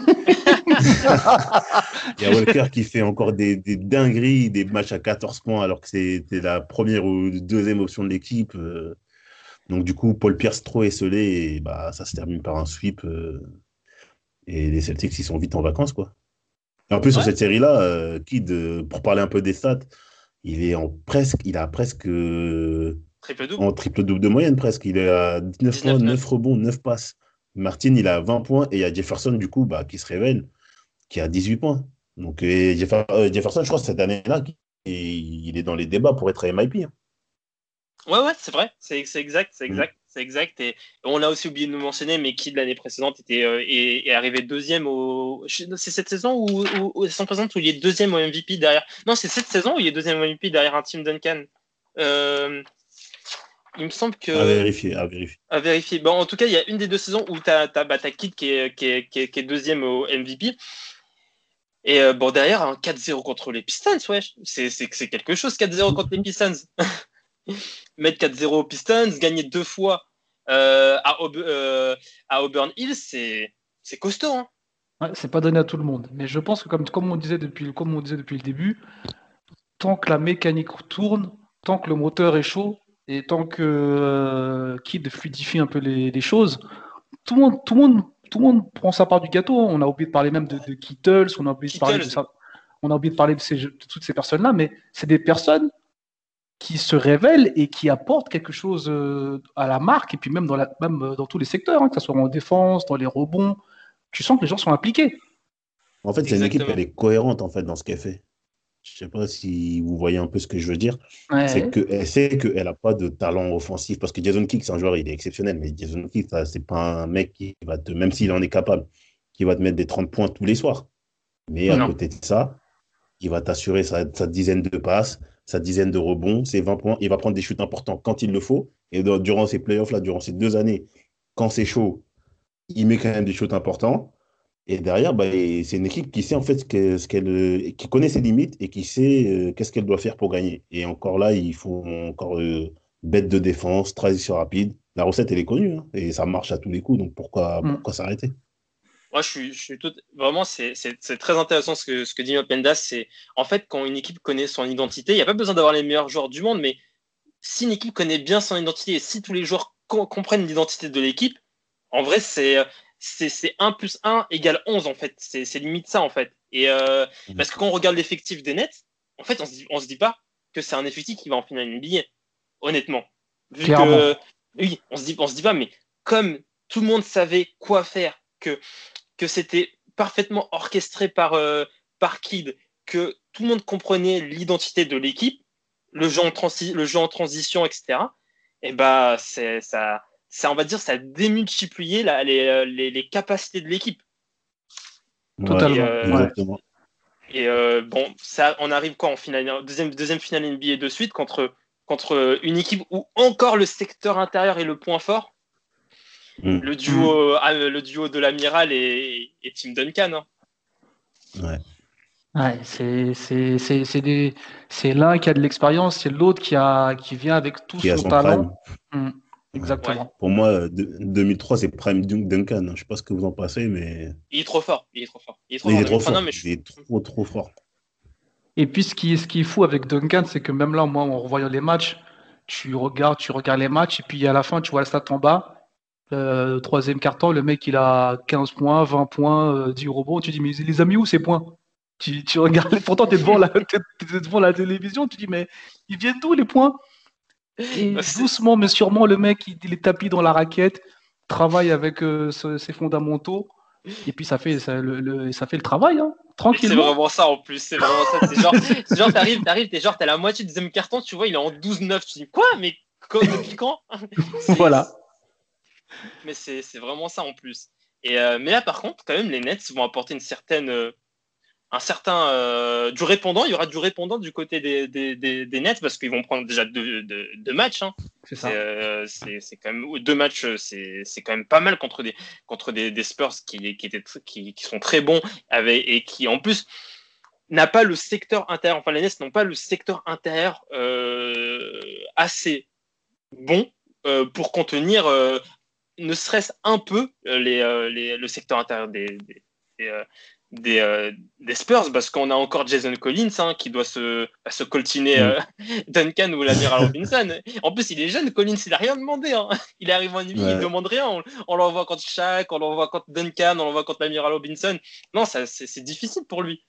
Il y a Walker qui fait encore des, des dingueries, des matchs à quatorze points alors que c'était la première ou deuxième option de l'équipe. Euh, Donc, du coup, Paul Pierce trop esselé et bah, ça se termine par un sweep. Euh, et les Celtics, ils sont vite en vacances, quoi. Et en plus, sur Ouais. cette série-là, euh, Kid, euh, pour parler un peu des stats, il est en presque, il a presque euh, Triple double. en triple-double de moyenne, presque. Il est à dix-neuf points, neuf rebonds, neuf passes. Martin, il a vingt points et il y a Jefferson, du coup, bah, qui se révèle, qui a dix-huit points. Donc, et Jeffer- euh, Jefferson, je crois, cette année-là, il il est dans les débats pour être M I P. Hein. Ouais, ouais, c'est vrai, c'est, c'est exact, c'est Mm. exact, c'est exact. Et on l'a aussi oublié de nous mentionner, mais qui de l'année précédente était euh, est, est arrivé deuxième au. C'est cette saison où, où, où sans présente où il est deuxième au M V P derrière. Non, c'est cette saison où il est deuxième au M V P derrière un Tim Duncan. Euh, il me semble que. À vérifier, à vérifier. À vérifier. Bon, en tout cas, il y a une des deux saisons où tu as, t'as, bah, t'as Kid qui est, qui, est, qui, est, qui est deuxième au M V P. Et euh, bon, derrière, un quatre zéro contre les Pistons, ouais. C'est, c'est, c'est quelque chose, quatre zéro contre les Pistons. Mettre quatre zéro aux Pistons, gagner deux fois euh, à, Aub- euh, à Auburn Hills, c'est, c'est costaud. Hein. Ouais, c'est pas donné à tout le monde. Mais je pense que comme, comme, on disait depuis, comme on disait depuis le début, tant que la mécanique tourne, tant que le moteur est chaud, et tant que euh, Kid fluidifie un peu les, les choses, tout le monde, tout le monde, tout le monde prend sa part du gâteau. On a oublié de parler même de, de Kittles, on a oublié de parler de Kittles, ça, on a oublié de parler de, ces, de toutes ces personnes-là, mais c'est des personnes qui se révèlent et qui apportent quelque chose euh, à la marque, et puis même dans, la, même euh, dans tous les secteurs, hein, que ce soit en défense, dans les rebonds, tu sens que les gens sont impliqués. En fait, c'est une équipe, elle exactement. est cohérente en fait dans ce qu'elle fait. Je sais pas si vous voyez un peu ce que je veux dire. C'est Ouais. qu'elle sait qu'elle n'a pas de talent offensif. Parce que Jason Kidd, c'est un joueur, il est exceptionnel. Mais Jason Kidd, ça, c'est pas un mec qui va te, même s'il en est capable, qui va te mettre des trente points tous les soirs. Mais à Non. côté de ça, il va t'assurer sa, sa dizaine de passes, sa dizaine de rebonds, ses vingt points. Il va prendre des shoots importants quand il le faut. Et dans- durant ces playoffs-là, durant ces deux années, quand c'est chaud, il met quand même des shoots importants. Et derrière, bah, et c'est une équipe qui sait en fait ce que- ce qu'elle, euh, qui connaît ses limites et qui sait euh, qu'est-ce qu'elle doit faire pour gagner. Et encore là, il faut encore euh, bête de défense, transition rapide. La recette, elle est connue, hein, et ça marche à tous les coups. Donc pourquoi, Mm. pourquoi s'arrêter? Moi, je suis, je suis tout, vraiment, c'est, c'est, c'est très intéressant ce que, ce que dit Pendas. C'est en fait quand une équipe connaît son identité, il n'y a pas besoin d'avoir les meilleurs joueurs du monde, mais si une équipe connaît bien son identité et si tous les joueurs co- comprennent l'identité de l'équipe, en vrai, c'est, c'est, c'est un plus un égale onze en fait. C'est, c'est limite ça, en fait. Et euh, Mhm. parce que quand on regarde l'effectif des Nets, en fait, on se dit, on se dit pas que c'est un effectif qui va en finale N B A, honnêtement. Vu Clairement. que, oui, on se dit, on se dit pas, mais comme tout le monde savait quoi faire, que, que c'était parfaitement orchestré par, euh, par Kid, que tout le monde comprenait l'identité de l'équipe, le jeu en, transi- le jeu en transition, et cetera. Et bah, c'est, ça, ça, on va dire, ça a démultiplié la- les, les, les capacités de l'équipe. Ouais, Et, Totalement. euh, Ouais. exactement. et euh, bon, ça, on arrive quoi en finale, deuxième, deuxième finale N B A de suite contre, contre une équipe où encore le secteur intérieur est le point fort. Mhm. Le Mm. duo, ah, le duo de l'amiral et, et Tim Duncan. Hein. Ouais. Ouais, c'est c'est c'est c'est des c'est l'un qui a de l'expérience, c'est l'autre qui a qui vient avec tout Qui a son son talent. prime. Mm. Ouais. Ouais, Exactement. Pour moi, euh, de- deux mille trois, c'est prime Dun- Duncan, hein. Je sais pas ce que vous en pensez, mais il est trop fort. Il est trop fort. Il est trop mais il fort est en trop deux mille trois. Non, fort. mais je... Il est trop, trop fort. Et puis ce qui est ce qui est fou avec Duncan, c'est que même là, moi, en revoyant les matchs, tu regardes tu regardes les matchs et puis à la fin, tu vois la stat en bas. Euh, troisième quart-temps, le mec il a quinze points, vingt points, euh, dix rebonds. Tu dis mais il les a mis où ces points? Tu, tu regardes, pourtant t'es devant la t'es, t'es devant la télévision, tu dis mais ils viennent d'où les points? Et Bah, c'est- doucement mais sûrement, le mec, il, il est tapis dans la raquette, travaille avec euh, ce- ses fondamentaux, et puis ça fait, ça, le, le- ça fait le travail, hein, Et c'est tranquillement. vraiment ça en plus. C'est vraiment ça. C'est genre, c'est genre t'arrives, t'arrives, t'es genre, t'as la moitié du deuxième carton, tu vois, il est en douze neuf. Tu dis quoi? Mais quand, depuis quand? c'est, Voilà. mais c'est, c'est vraiment ça en plus. Et euh, mais là, par contre, quand même, les Nets vont apporter une certaine, euh, un certain euh, du répondant. Il y aura du répondant du côté des, des, des, des Nets parce qu'ils vont prendre déjà deux, deux, deux matchs. Hein. C'est C'est, ça. euh, c'est, c'est quand même deux matchs, c'est, c'est quand même pas mal contre des, contre des, des Spurs qui, qui, étaient, qui, qui sont très bons avec, et qui en plus n'a pas le secteur intérieur. Enfin, les Nets n'ont pas le secteur intérieur euh, assez bon euh, pour contenir euh, ne serait-ce un peu euh, les, euh, les, le secteur intérieur des, des, des, euh, des, euh, des Spurs, parce qu'on a encore Jason Collins hein, qui doit se, se coltiner Mm. euh, Duncan ou l'amiral Robinson. En plus, il est jeune, Collins, il n'a rien demandé. Hein. Il arrive en N B A, il ne Ouais. demande rien. On, on l'envoie contre Shaq, on l'envoie contre Duncan, on l'envoie contre l'amiral Robinson. Non, ça, c'est, c'est difficile pour lui.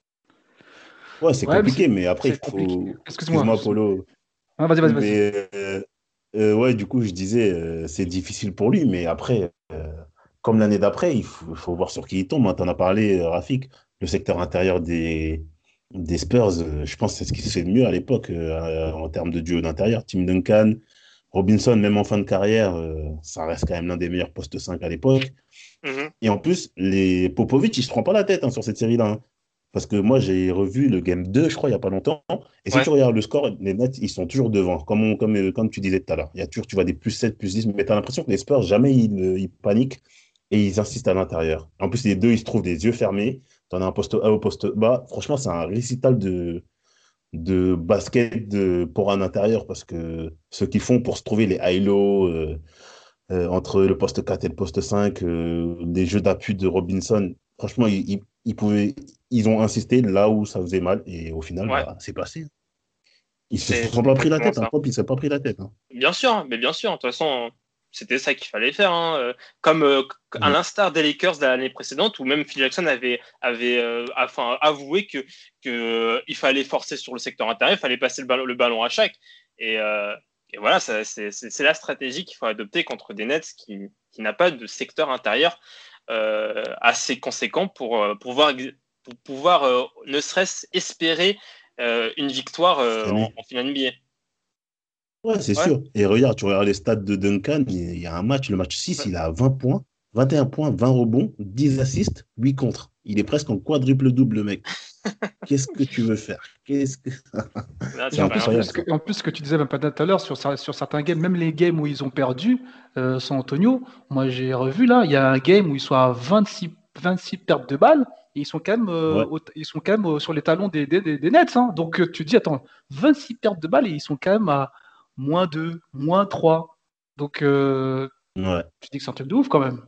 Ouais, c'est Ouais, mais compliqué, c'est, mais après, il c'est compliqué. faut. Excuse-moi. Excuse-moi, Polo. Ah, vas-y, vas-y, vas-y. Mais euh, euh, ouais, du coup, je disais, euh, c'est difficile pour lui, mais après, euh, comme l'année d'après, il faut, il faut voir sur qui il tombe. Tu en as parlé, euh, Rafik, le secteur intérieur des, des Spurs, euh, je pense que c'est ce qui se fait de mieux à l'époque euh, en termes de duo d'intérieur. Tim Duncan, Robinson, même en fin de carrière, euh, ça reste quand même l'un des meilleurs postes cinq à l'époque. Mm-hmm. Et en plus, les Popovic, il ne se prend pas la tête hein, sur cette série-là. Hein. Parce que moi, j'ai revu le game deux, je crois, il n'y a pas longtemps. Et si Ouais. tu regardes le score, les Nets, ils sont toujours devant. Comme, on- comme, euh, comme tu disais tout à l'heure. Il y a toujours, tu vois, des plus sept, plus dix. Mais tu as l'impression que les Spurs, jamais ils, euh, ils paniquent et ils insistent à l'intérieur. En plus, les deux, ils se trouvent des yeux fermés. Tu en as un poste A au poste bas. Franchement, c'est un récital de, de basket de, pour un intérieur. Parce que ce qu'ils font pour se trouver les high-low euh, euh, entre le poste quatre et le poste cinq, euh, les jeux d'appui de Robinson, franchement, ils, ils, ils pouvaient, ils ont insisté là où ça faisait mal et au final, Ouais. bah, c'est passé. Ils se C'est, sont c'est pas pris la exactement tête, hein. ça. Pop, il s'est pas pris la tête. Hein. Bien sûr, mais bien sûr. De toute façon, c'était ça qu'il fallait faire. Hein. Euh, Comme euh, à Mm. l'instar des Lakers de l'année précédente, où même Phil Jackson avait, avait euh, enfin, avoué que, que euh, il fallait forcer sur le secteur intérieur, il fallait passer le ballon, le ballon à chaque. Et, euh, et voilà, ça, c'est, c'est, c'est la stratégie qu'il faut adopter contre des Nets qui, qui n'a pas de secteur intérieur euh, assez conséquent pour, pour pouvoir, pour pouvoir euh, ne serait-ce espérer euh, une victoire euh, en, en finale N B A. Ouais, c'est Ouais. sûr. Et regarde, tu regardes les stats de Duncan, il y a un match, le match six, Ouais. il a vingt points, vingt et un points, vingt rebonds, dix assists, huit contre. Il est presque en quadruple-double, le mec. Qu'est-ce que tu veux faire? Qu'est-ce que... Là, C'est tu Et en peux plus, rien que, faire. incroyable, ce ça. que, en plus, ce que tu disais même pas tout à l'heure sur, cer- sur certains games, même les games où ils ont perdu, euh, San Antonio, moi j'ai revu là, il y a un game où ils sont à vingt-six, vingt-six pertes de balles et ils sont quand même, euh, Ouais, au- ils sont quand même euh, sur les talons des, des, des- des Nets. Hein. Donc euh, tu te dis, attends, vingt-six pertes de balles et ils sont quand même à moins deux, moins trois. Donc euh, ouais. tu dis que c'est un truc de ouf quand même.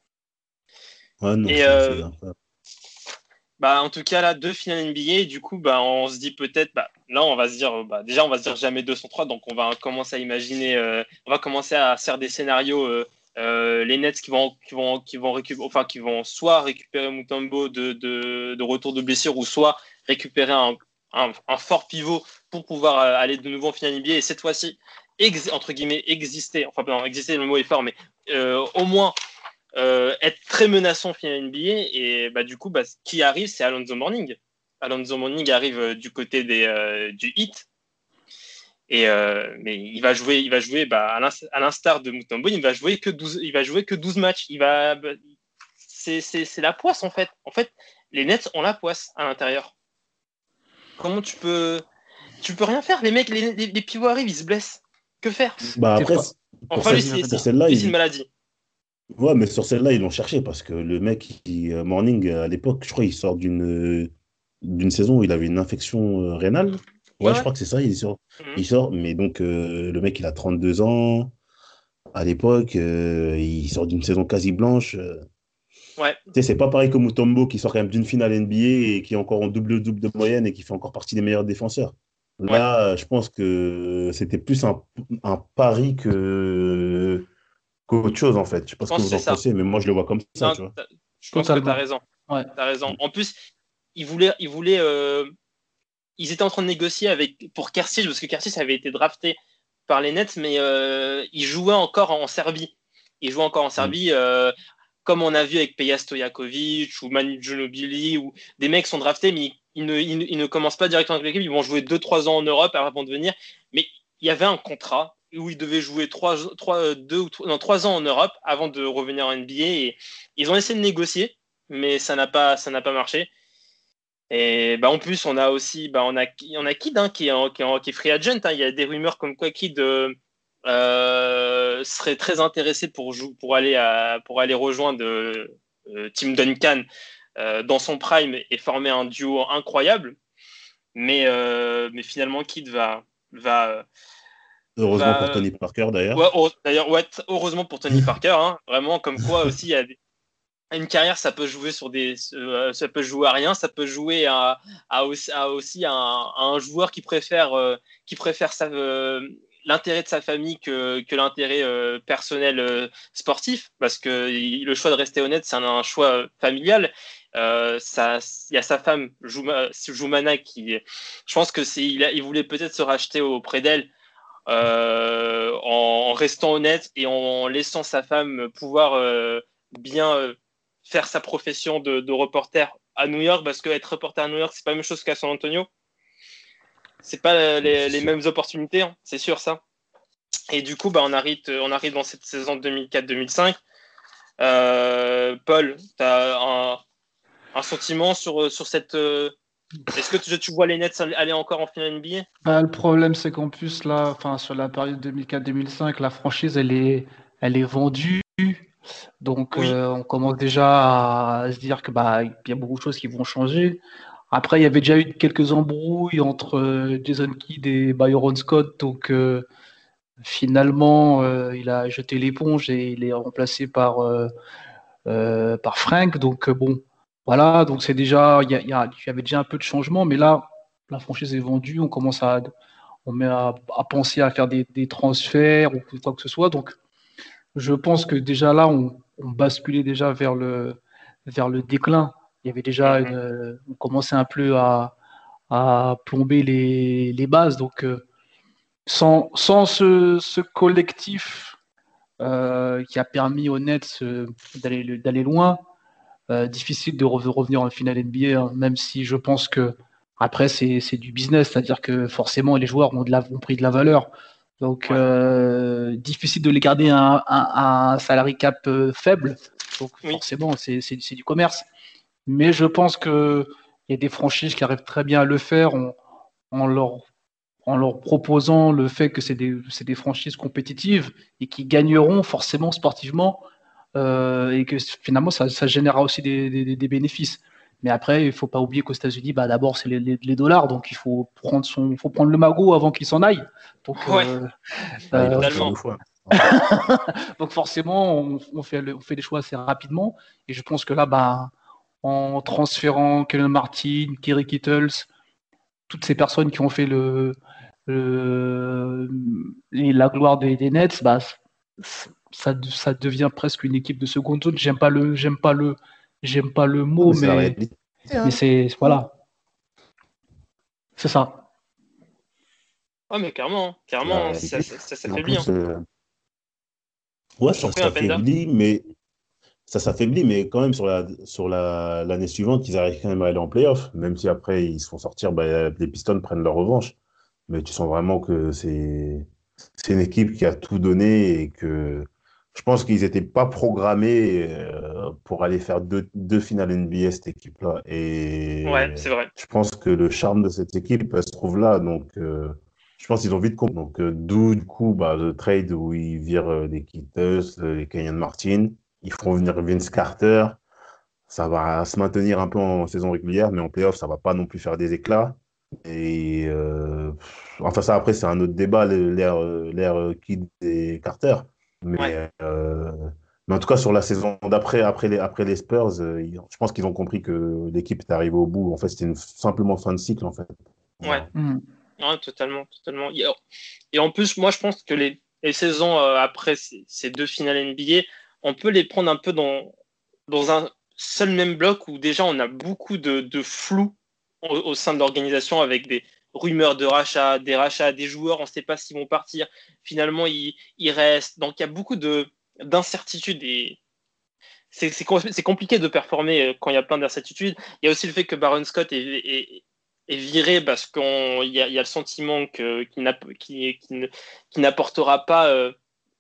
Ouais, non, Et c'est c'est euh, incroyable. bah, en tout cas, là, deux finales N B A. Et du coup, bah, on se dit peut-être, bah, là, on va se dire, bah, déjà, on va se dire jamais deux cent trois. Donc, on va commencer à imaginer, euh, on va commencer à faire des scénarios. Euh, euh, les Nets qui vont, qui vont, qui vont récupérer, enfin, qui vont soit récupérer Mutombo de, de, de retour de blessure ou soit récupérer un, un, un fort pivot pour pouvoir euh, aller de nouveau en finale N B A. Et cette fois-ci, ex, entre guillemets, exister. Enfin, non, exister, le mot est fort, mais euh, au moins euh, être très menaçant final N B A. Et bah, du coup, bah, ce qui arrive, c'est Alonzo Mourning. Alonzo Mourning arrive euh, du côté des, euh, du Heat. Et euh, mais il va jouer, il va jouer bah, à l'instar de Mutombo, il va jouer que douze, il va jouer que douze matchs. Il va, bah, c'est, c'est, c'est la poisse en fait. En fait, les Nets ont la poisse à l'intérieur. Comment tu peux, tu peux rien faire. Les mecs, les, les, les pivots arrivent, ils se blessent. Que faire? Bah C'est après, pas. c- pour, Enfin, lui, Vas-y, cette, c'est, pour Reda. celle-là, lui, c'est une il... maladie. ouais, mais sur celle-là, ils l'ont cherché parce que le mec, qui, euh, Morning, à l'époque, je crois, il sort d'une d'une saison où il avait une infection euh, rénale. Ouais, Ouais, je ouais. crois que c'est ça, il sort. Mhm. Il sort, mais donc, euh, le mec, il a trente-deux ans. À l'époque, euh, il sort d'une saison quasi blanche. Euh, Ouais. Tu sais, c'est pas pareil que Mutombo qui sort quand même d'une finale N B A et qui est encore en double-double de moyenne et qui fait encore partie des meilleurs défenseurs. Ouais. Là, euh, je pense que c'était plus un, un pari que qu'autre chose, en fait. Je sais pas Je ce que pense que vous c'est en ça. pensez, mais moi, je le vois comme ça, Non, tu vois. je pense que tu as Totalement. raison. Ouais. T'as raison. En plus, ils voulaient, ils voulaient, euh, ils étaient en train de négocier avec pour Kersic parce que Kersic avait été drafté par les Nets, mais euh, il jouait encore en Serbie. Il jouait encore en Mm. Serbie, euh, comme on a vu avec Peja Stojakovic ou Manu Ginobili, où des mecs sont draftés, mais ils ne, ils ne, ils ne commencent pas directement avec l'équipe. Ils vont jouer deux trois ans en Europe avant de venir. Mais il y avait un contrat où ils devaient jouer trois deux ou trois, non, trois ans en Europe avant de revenir en N B A. Et ils ont essayé de négocier, mais ça n'a pas, ça n'a pas marché. Et bah, en plus, on a aussi bah, on a, on a Kid hein, qui, est, qui, est, qui est free agent. Hein. Il y a des rumeurs comme quoi Kid euh, euh, serait très intéressé pour, pour, aller, à, pour aller rejoindre euh, Tim Duncan euh, dans son prime et former un duo incroyable. Mais, euh, mais finalement, Kid va. va, Heureusement pour va Tony Parker, d'ailleurs. ouais, d'ailleurs, ouais, heureusement pour Tony Parker. Hein, vraiment, comme quoi aussi, il y a des, une carrière, ça peut jouer sur des, euh, ça peut jouer à rien, ça peut jouer à, à aussi, à, aussi à, un, à un joueur qui préfère, euh, qui préfère sa, euh, l'intérêt de sa famille que, que l'intérêt euh, personnel euh, sportif, parce que il, le choix de rester honnête, c'est un, un choix familial. Euh, ça, il y a sa femme Jouma, Joumana qui, je pense que c'est, il, a, il voulait peut-être se racheter auprès d'elle. Euh, en, en restant honnête et en laissant sa femme pouvoir euh, bien euh, faire sa profession de, de reporter à New York, parce qu'être reporter à New York, c'est pas la même chose qu'à San Antonio. C'est pas les, les mêmes opportunités, hein, c'est sûr ça. Et du coup, bah, on, arrive, on arrive dans cette saison deux mille quatre deux mille cinq. Euh, Paul, tu as un, un sentiment sur, sur cette. Euh, est-ce que tu, tu vois les Nets aller encore en finale N B A? Bah, le problème, c'est qu'en plus, là, enfin, sur la période deux mille quatre deux mille cinq, la franchise, elle est, elle est vendue. Donc, Oui. euh, on commence déjà à se dire que bah, il y a beaucoup de choses qui vont changer. Après, il y avait déjà eu quelques embrouilles entre euh, Jason Kidd et Byron Scott. Donc, euh, finalement, euh, il a jeté l'éponge et il est remplacé par, euh, euh, par Frank. Donc, euh, bon, voilà. Donc, c'est déjà, il y, a, il y, a, il y avait déjà un peu de changement. Mais là, la franchise est vendue. On commence à, on met à, à penser à faire des, des transferts ou quoi que ce soit. Donc, je pense que déjà là, on, on basculait déjà vers le, vers le déclin. Il y avait déjà Mm-hmm. une, on commençait un peu à, à plomber les, les bases. Donc, euh, sans, sans ce, ce collectif euh, qui a permis aux Nets euh, d'aller, d'aller loin, euh, difficile de re- revenir en finale N B A, hein, même si je pense que Après, c'est, c'est du business, c'est-à-dire que forcément, les joueurs ont, de la, ont pris de la valeur. Donc, Ouais. euh, difficile de les garder à un, un, un salary cap euh, faible. Donc, Oui. forcément, c'est, c'est, c'est du commerce. Mais je pense qu'il y a des franchises qui arrivent très bien à le faire en, en, leur, en leur proposant le fait que c'est des, c'est des franchises compétitives et qui gagneront forcément sportivement euh, et que finalement, ça, ça générera aussi des, des, des bénéfices. Mais après, il ne faut pas oublier qu'aux États-Unis, bah, d'abord, c'est les, les, les dollars. Donc, il faut prendre, son, faut prendre le magot avant qu'il s'en aille. Donc, Ouais, euh, Ah, il euh, passe par totalement. deux fois. donc forcément, on, on, fait le, on fait les choix assez rapidement. Et je pense que là, bah, en transférant Kellen Martin, Kerry Kittles, toutes ces personnes qui ont fait le, le, la gloire des, des Nets, bah, ça, ça devient presque une équipe de seconde zone. J'aime pas le, j'aime pas le, j'aime pas le Non, mot, mais c'est la mais, réalité. Hein. mais c'est voilà, c'est ça. Ah, mais clairement, hein. C'est la clairement, ça, réalité. ça, ça Et en s'affaiblit. Hein. plus, euh, ouais, Je t'en ça prie, un Penda. s'affaiblit, mais ça s'affaiblit, mais quand même sur la sur la l'année suivante, ils arrivent quand même à aller en playoff, même si après ils se font sortir, bah, les Pistons prennent leur revanche. Mais tu sens vraiment que c'est c'est une équipe qui a tout donné et que je pense qu'ils n'étaient pas programmés euh, pour aller faire deux, deux finales N B A, cette équipe-là. Ouais, Et c'est vrai. je pense que le charme de cette équipe elle se trouve là. Donc, euh, je pense qu'ils ont vite compris. Donc, euh, d'où, du coup, bah, le trade où ils virent euh, les Kittles, euh, les Kenyon Martin. Ils feront venir Vince Carter. Ça va se maintenir un peu en saison régulière, mais en playoff, ça va pas non plus faire des éclats. Et euh, enfin, ça, après, c'est un autre débat, le- l'ère euh, l'ère euh, Kidd et Carter. Ouais. Mais, euh, mais en tout cas, sur la saison d'après, après les, après les Spurs, euh, ils- je pense qu'ils ont compris que l'équipe est arrivée au bout. En fait, c'était une- simplement fin de cycle, en fait. Ouais. Voilà. Mm. Ouais, totalement, totalement. Et, et en plus, moi, je pense que les, les saisons euh, après ces, ces deux finales N B A, on peut les prendre un peu dans, dans un seul même bloc où déjà on a beaucoup de, de flou au, au sein de l'organisation avec des rumeurs de rachat, des rachats, des joueurs, on ne sait pas s'ils vont partir. Finalement, ils, ils restent. Donc, il y a beaucoup de, d'incertitudes et c'est, c'est, c'est compliqué de performer quand il y a plein d'incertitudes. Il y a aussi le fait que Baron Scott est, est, est viré parce qu'il y a, y a le sentiment que, qu'il, n'a, qu'il, qu'il, ne, qu'il n'apportera pas. Euh,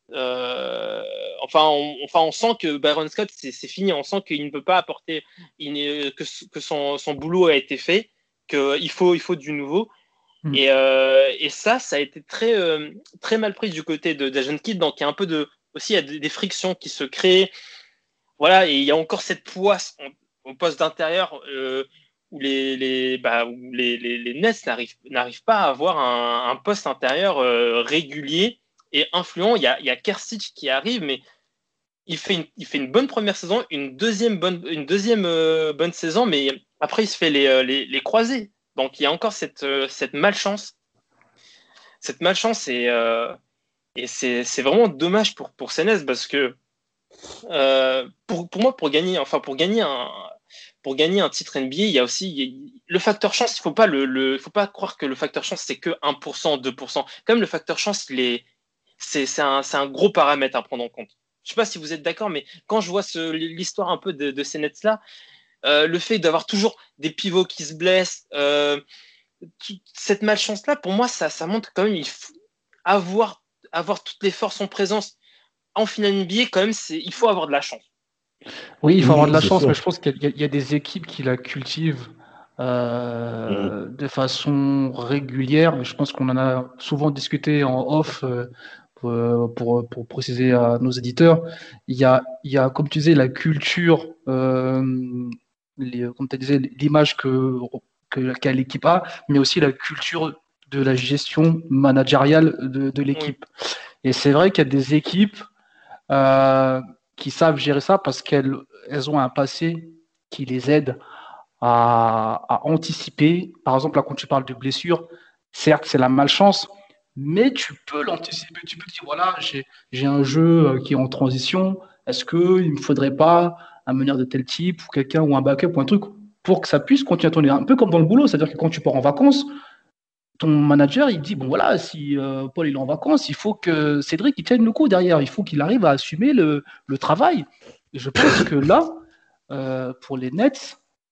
euh, enfin, on, enfin, on sent que Baron Scott, c'est, c'est fini. On sent qu'il ne peut pas apporter, il que, que son, son boulot a été fait, qu'il faut, il faut du nouveau. Mm. Et, euh, et ça, ça a été très, euh, très mal pris du côté de d'Agent Kidd. Donc, il y a un peu de. Aussi, il y a des, des frictions qui se créent. Voilà, et il y a encore cette poisse en, au poste d'intérieur euh, où les, les, bah, où les, les, les Nets n'arrivent, n'arrivent pas à avoir un, un poste intérieur euh, régulier et influent. Il y a, il y a Kersich qui arrive, mais il fait, une, il fait une bonne première saison, une deuxième bonne, une deuxième, euh, bonne saison, mais après, il se fait les, les, les croisés. Donc, il y a encore cette, euh, cette malchance. Cette malchance, et, euh, et c'est, c'est vraiment dommage pour, pour Sénès parce que Euh, pour, pour moi, pour gagner, enfin pour gagner un, pour gagner un titre N B A, il y a aussi il y a, le facteur chance. Il faut pas le, le, faut pas croire que le facteur chance c'est que un pour cent, deux pour cent. Comme le facteur chance, il est, c'est, c'est un, c'est un gros paramètre à prendre en compte. Je sais pas si vous êtes d'accord, mais quand je vois ce, l'histoire un peu de, de ces Nets là, euh, le fait d'avoir toujours des pivots qui se blessent, euh, toute cette malchance là, pour moi, ça, ça montre quand même il faut avoir, avoir toutes les forces en présence en finale N B A, quand même, c'est, il faut avoir de la chance. Oui, il faut avoir de Oui, la c'est chance, mais sûr. je pense qu'il y a, il y a des équipes qui la cultivent euh, Mm. de façon régulière. Mais je pense qu'on en a souvent discuté en off euh, pour, pour, pour préciser à nos éditeurs. Il y a, il y a comme tu disais, la culture, euh, les, comme tu disais, l'image que, que qu'a l'équipe a, mais aussi la culture de la gestion managériale de, de Oui, l'équipe. Et c'est vrai qu'il y a des équipes euh, qui savent gérer ça parce qu'elles elles ont un passé qui les aide à, à anticiper. Par exemple, là, quand tu parles de blessure, certes, c'est la malchance, mais tu peux l'anticiper. Tu peux te dire, voilà, j'ai, j'ai un jeu euh, qui est en transition. Est-ce qu'il ne me faudrait pas un meneur de tel type ou quelqu'un ou un backup ou un truc pour que ça puisse continuer à tourner? Un peu comme dans le boulot, c'est-à-dire que quand tu pars en vacances, ton manager, il dit, bon voilà, si euh, Paul il est en vacances, il faut que Cédric il tienne le coup derrière, il faut qu'il arrive à assumer le, le travail. Et je pense que là, euh, pour les Nets,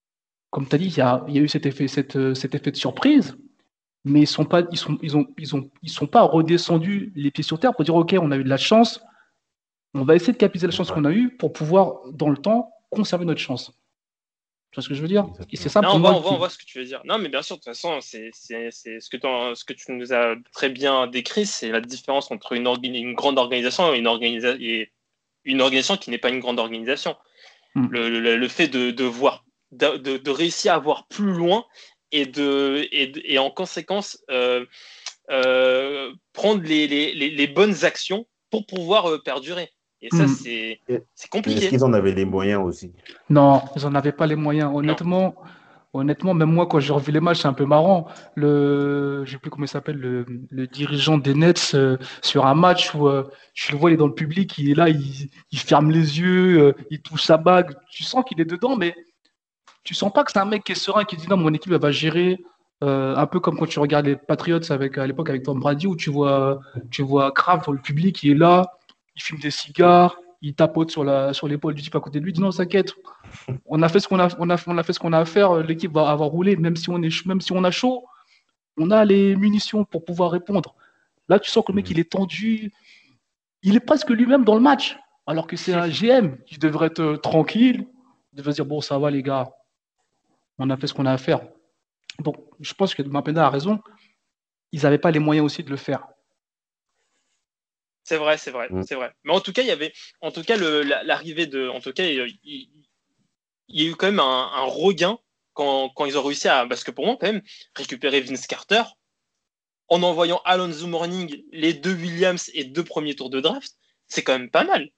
comme tu as dit, il y a, il y a eu cet effet, cette, euh, cet effet de surprise, mais ils sont pas, ils sont, ils ont, ils ont, ils sont pas redescendus les pieds sur terre pour dire ok, on a eu de la chance, on va essayer de capitaliser la chance Ouais, qu'on a eue pour pouvoir, dans le temps, conserver notre chance. Tu vois ce que je veux dire? Et c'est exactement. ça Non, pour on voit, moi on voit, on qui. voit ce que tu veux dire. Non, mais bien sûr, de toute façon, c'est, c'est, c'est ce que t'en- ce que tu nous as très bien décrit, c'est la différence entre une, orga- une grande organisation et une, organisa- et une organisation qui n'est pas une grande organisation. Hmm. Le, le, le fait de, de voir, de, de, de réussir à voir plus loin et, de, et, de- et en conséquence euh, euh, prendre les, les, les, les bonnes actions pour pouvoir euh, perdurer. Et ça, Hmm. c'est, Et- c'est Mais est-ce compliqué. qu'ils en avaient les moyens aussi? Non, ils n'en avaient pas les moyens. Non. Honnêtement, honnêtement, même moi, quand j'ai revu les matchs, c'est un peu marrant. Le, je sais plus comment il s'appelle, le, le dirigeant des Nets, euh, sur un match où euh, tu le vois, il est dans le public, il est là, il, il ferme les yeux, euh, il touche sa bague. Tu sens qu'il est dedans, mais tu sens pas que c'est un mec qui est serein, qui dit non, mon équipe elle va gérer. Euh, un peu comme quand tu regardes les Patriots avec, à l'époque avec Tom Brady, où tu vois, tu vois Kraft dans le public, il est là, il fume des cigares, il tapote sur la, sur l'épaule du type à côté de lui, il dit non, t'inquiète, on a fait ce qu'on a, on a, on a fait ce qu'on a à faire, l'équipe va avoir roulé, même si on est, même si on a chaud, on a les munitions pour pouvoir répondre. Là, tu sens que le mec, Mhm. il est tendu, il est presque lui-même dans le match, alors que c'est un G M qui devrait être euh, tranquille, il devrait se dire bon, ça va les gars, on a fait ce qu'on a à faire. Bon, je pense que Mapenda a raison, ils n'avaient pas les moyens aussi de le faire. C'est vrai, c'est vrai, Mhm. c'est vrai. Mais en tout cas, il y avait, en tout cas, le, la- l'arrivée de, en tout cas, il, il- il y a eu quand même un, un regain quand, quand ils ont réussi à, parce que pour moi, quand même, récupérer Vince Carter en envoyant Alonzo Mourning, les deux Williams et deux premiers tours de draft, c'est quand même pas mal.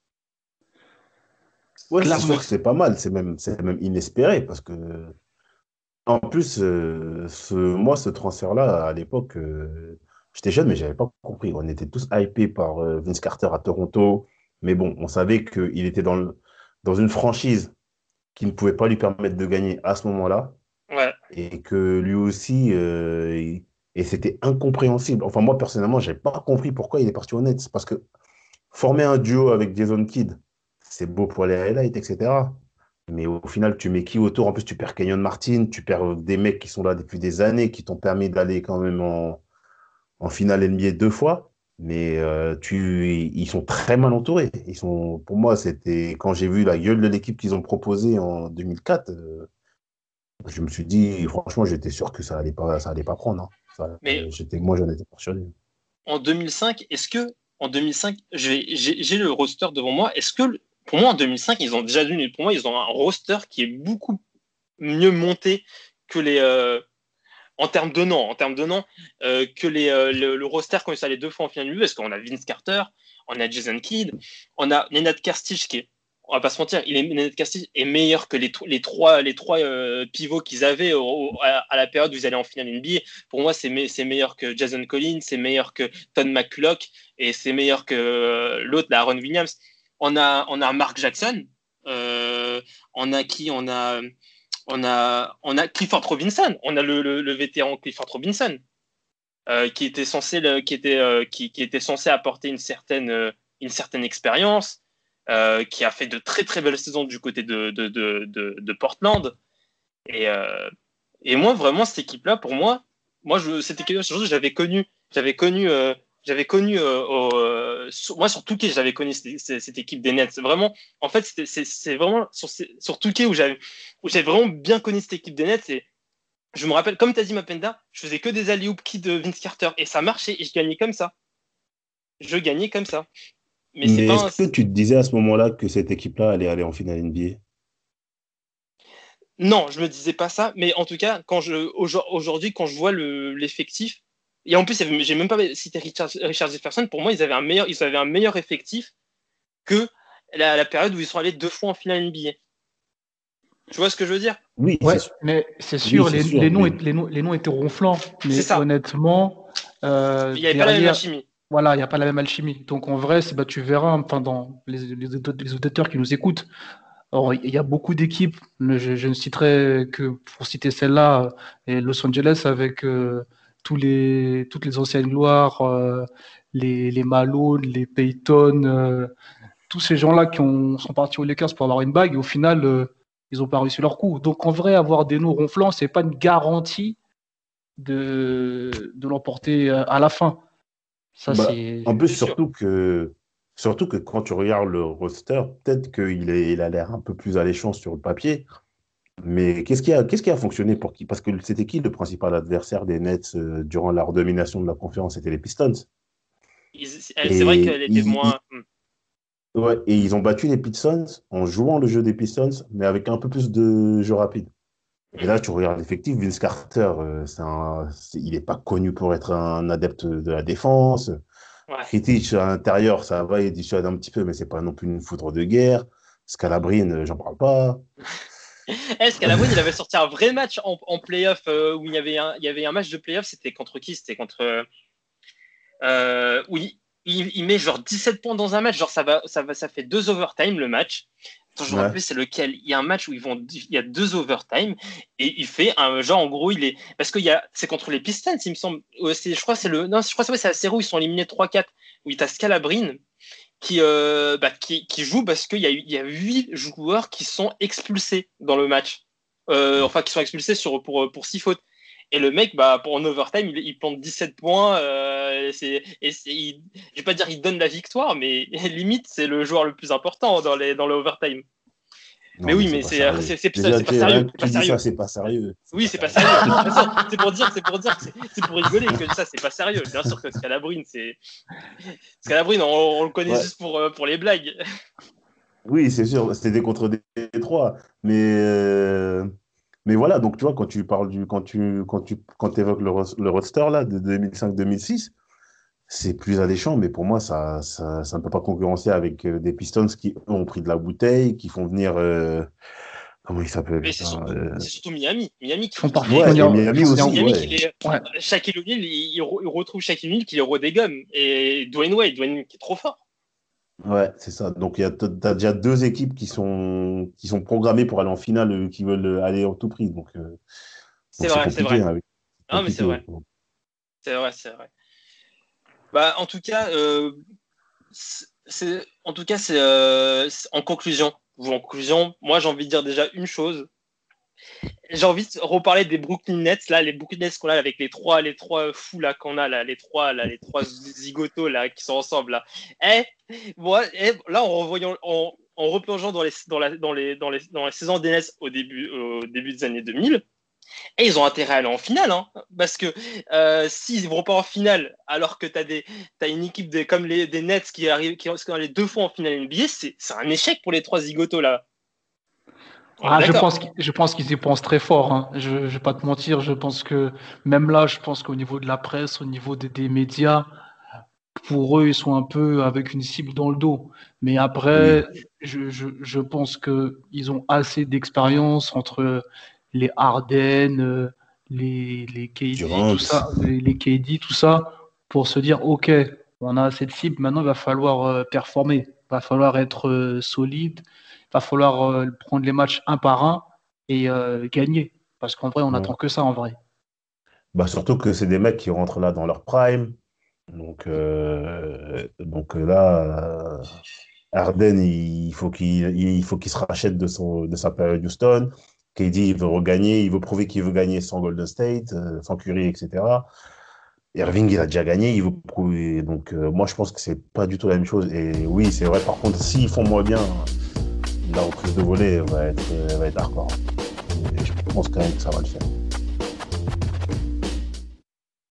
Ouais, c'est sûr Clairement. que c'est pas mal, c'est même, c'est même inespéré parce que, en plus, euh, ce, moi, ce transfert-là, à l'époque, euh, j'étais jeune, mais j'avais pas compris. On était tous hypés par euh, Vince Carter à Toronto, mais bon, on savait qu'il était dans, le- dans une franchise qui ne pouvait pas lui permettre de gagner à ce moment-là Ouais. et que lui aussi, euh, il- et c'était incompréhensible. Enfin, moi, personnellement, j'ai pas compris pourquoi il est parti au Nets parce que former un duo avec Jason Kidd, c'est beau pour les highlights, et cetera. Mais au final, tu mets qui autour? En plus, tu perds Kenyon Martin, tu perds des mecs qui sont là depuis des années, qui t'ont permis d'aller quand même en, en finale N B A deux fois. Mais euh, tu, ils sont très mal entourés. Ils sont, pour moi, c'était quand j'ai vu la gueule de l'équipe qu'ils ont proposée en deux mille quatre, euh, je me suis dit, franchement, j'étais sûr que ça allait pas, ça allait pas prendre, hein. Ça, Mais euh, j'étais, moi, j'en étais persuadé. en deux mille cinq, est-ce que en deux mille cinq, j'ai, j'ai, j'ai le roster devant moi. Est-ce que pour moi en deux mille cinq, ils ont déjà dû, pour moi, ils ont un roster qui est beaucoup mieux monté que les euh, en termes de noms, en termes de noms, euh, que les, euh, le, le roster quand ils sont allés deux fois en finale N B A, parce qu'on a Vince Carter, on a Jason Kidd, on a Nenad Kastic qui est, on va pas se mentir, il est, Nenad Kastic est meilleur que les, les trois, les trois euh, pivots qu'ils avaient au, au, à, à la période où ils allaient en finale N B A. Pour moi, c'est, me, c'est meilleur que Jason Collins, c'est meilleur que Ton McCulloch et c'est meilleur que euh, l'autre, là, Aaron Williams. On a, on a Mark Jackson, euh, on a qui, on a on a, on a Clifford Robinson, on a le, le, le vétéran Clifford Robinson, euh, qui était censé, le, qui était, euh, qui, qui était censé apporter une certaine, euh, une certaine expérience, euh, qui a fait de très très belles saisons du côté de, de, de, de, de Portland. Et, euh, et moi, vraiment, cette équipe-là, pour moi, moi, je, cette équipe-là, j'avais connu, j'avais connu, euh, j'avais connu, euh, au, euh, sur, moi, sur Touquet, j'avais connu cette, cette, équipe des Nets. Vraiment, en fait, c'est, c'est, c'est vraiment sur, sur Touquet où j'avais, où j'avais vraiment bien connu cette équipe des Nets. Et je me rappelle, comme tu as dit, Mapenda, je faisais que des alley-oop qui de Vince Carter et ça marchait et je gagnais comme ça. Je gagnais comme ça. Mais c'est Mais pas est-ce un... que tu te disais à ce moment-là que cette équipe-là allait aller en finale N B A? Non, je me disais pas ça, mais en tout cas, quand je, aujourd'hui, quand je vois le, l'effectif, et en plus, j'ai même pas cité Richard, Richard Jefferson, pour moi, ils avaient un meilleur, ils avaient un meilleur effectif que la, la période où ils sont allés deux fois en finale N B A. Tu vois ce que je veux dire? Oui, Ouais, c'est mais c'est sûr, oui, c'est les, sûr. les, noms, Mais les, noms, les noms étaient ronflants, C'est mais ça. honnêtement, euh, Il n'y avait pas la même derrière, alchimie. voilà, il n'y a pas la même alchimie. Donc en vrai, c'est, bah, tu verras, enfin, dans les, les, les auditeurs qui nous écoutent, alors, il y a beaucoup d'équipes, mais je, je ne citerai que pour citer celle-là, et Los Angeles avec euh, tous les, toutes les anciennes gloires, euh, les, les Malone, les Payton, euh, tous ces gens-là qui ont, sont partis aux Lakers pour avoir une bague, et au final, euh, ils n'ont pas réussi leur coup. Donc en vrai, avoir des noms ronflants, c'est pas une garantie de, de l'emporter à la fin. Ça, Bah, c'est, en plus, c'est sûr. surtout que, surtout que quand tu regardes le roster, peut-être qu'il est, il a l'air un peu plus alléchant sur le papier. Mais qu'est-ce qui a, qu'est-ce qui a fonctionné pour qui? Parce que c'était qui le principal adversaire des Nets euh, durant la redomination de la conférence? C'était les Pistons. Ils- c'est c'est vrai Et qu'elle était ils, moins. Hmm. ils- ouais, et ils ont battu les Pistons en jouant le jeu des Pistons, mais avec un peu plus de jeu rapide. Et là, tu regardes l'effectif, Vince Carter, euh, c'est un- c'est- il n'est pas connu pour être un adepte de la défense. Ouais. Kritic, à l'intérieur, ça va, il dissuade un petit peu, mais c'est pas non plus une foudre de guerre. Scalabrine, euh, j'en parle pas. Est-ce qu'à la il avait sorti un vrai match en, en playoff euh, où il y, avait un, il y avait un match de playoff, c'était contre qui? C'était contre. Euh, où il, il, il met genre dix-sept points dans un match, genre ça, va, ça, va, ça fait deux overtime le match. Attends, je me Ouais. rappelle, c'est lequel? Il y a un match où ils vont, il y a deux overtime et il fait un genre en gros, il est. Parce que il y a, c'est contre les Pistons, il me semble. C'est, je crois que c'est le. Non, je crois que c'est, ouais, c'est la série où ils sont éliminés trois quatre, où il t'a Scalabrine. Qui, euh, bah, qui, qui joue parce qu'il y a, il y a huit joueurs qui sont expulsés dans le match. Euh, enfin, qui sont expulsés sur, pour, pour six fautes. Et le mec, bah, pour, en overtime, il, il plante dix-sept points. Euh, c'est, et c'est, il, je vais pas dire qu'il donne la victoire, mais limite, c'est le joueur le plus important dans, les, dans le overtime. Non, mais oui, c'est mais pas c'est, sérieux. c'est, c'est, Déjà, c'est pas tu- rien sérieux. que C'est pas tu dis sérieux. ça, c'est pas sérieux. Oui, c'est pas sérieux. C'est pour dire, c'est pour dire, que c'est, c'est pour rigoler que ça, c'est pas sérieux. Bien sûr que Scalabrine, c'est Scalabrine, on, on le connaît Ouais. juste pour, pour les blagues. Oui, c'est sûr, c'était contre des trois. Mais, euh, mais voilà, donc tu vois, quand tu parles du, quand tu, quand tu, quand évoques le, ros- le roster là, de deux mille cinq deux mille six, c'est plus alléchant, mais pour moi, ça, ça, ça ne peut pas concurrencer avec euh, des Pistons qui eux, ont pris de la bouteille, qui font venir, euh, comment il s'appelle, Mais c'est putain, surtout, euh, c'est surtout Miami. Miami Ils qui, font qui partie. les- ouais, ils et font- Miami ils font- aussi, Miami ouais. qui les, Ouais. Shaquille O'Neal, il, il re- il retrouve Shaquille O'Neal qui les redégomme. Et Dwayne Wade, Dwayne qui est trop fort. Ouais, c'est ça. Donc, il y a, t'as déjà deux équipes qui sont, qui sont programmées pour aller en finale, euh, qui veulent aller en tout prix. Donc, euh, C'est donc c'est vrai, c'est compliqué, vrai. hein, avec- Non, mais c'est compliqué. vrai. C'est vrai, c'est vrai. Bah, en tout cas, euh, c'est, c'est- en tout cas, c'est, euh, c'est- en conclusion. En conclusion, moi, j'ai envie de dire déjà une chose. J'ai envie de reparler des Brooklyn Nets, là, les Brooklyn Nets qu'on a avec les trois, les trois fous là qu'on a là, les trois, là, les trois zigotos là qui sont ensemble là. Eh, moi, eh, là, en revoyant, en, en replongeant dans les, dans la, dans les, dans les, dans les saisons des Nets au début, au début des années deux mille, et ils ont intérêt à aller en finale, hein, parce que euh, s'ils ne vont pas en finale, alors que tu as des, t'as une équipe de, comme les des Nets qui arrivent, qui sont allés deux fois en finale N B A, c'est, c'est un échec pour les trois zigotos là. On Ah, est je d'accord. pense, qu'ils- je pense qu'ils y pensent très fort, hein. Je ne vais pas te mentir. Je pense que même là, je pense qu'au niveau de la presse, au niveau des, des médias, pour eux, ils sont un peu avec une cible dans le dos. Mais après, Oui. je, je, je pense qu'ils ont assez d'expérience entre les Harden, euh, les, les K D, Durant. tout ça, les, les K D, tout ça, pour se dire, OK, on a cette cible, maintenant il va falloir euh, performer, il va falloir être euh, solide, il va falloir euh, prendre les matchs un par un et euh, gagner. Parce qu'en vrai, on Ouais. n'attend que ça en vrai. Bah, surtout que c'est des mecs qui rentrent là dans leur prime. Donc, euh, donc euh, là, euh, Harden, il faut qu'il il faut qu'il se rachète de, son, de sa période Houston. K D, il veut regagner, il veut prouver qu'il veut gagner sans Golden State, euh, sans Curry, et cetera. Irving, il a déjà gagné, il veut prouver. Donc, euh, moi, je pense que c'est pas du tout la même chose. Et oui, c'est vrai, par contre, s'ils font moins bien, la reprise de volée va être, va être hardcore. Et je pense quand même que ça va le faire.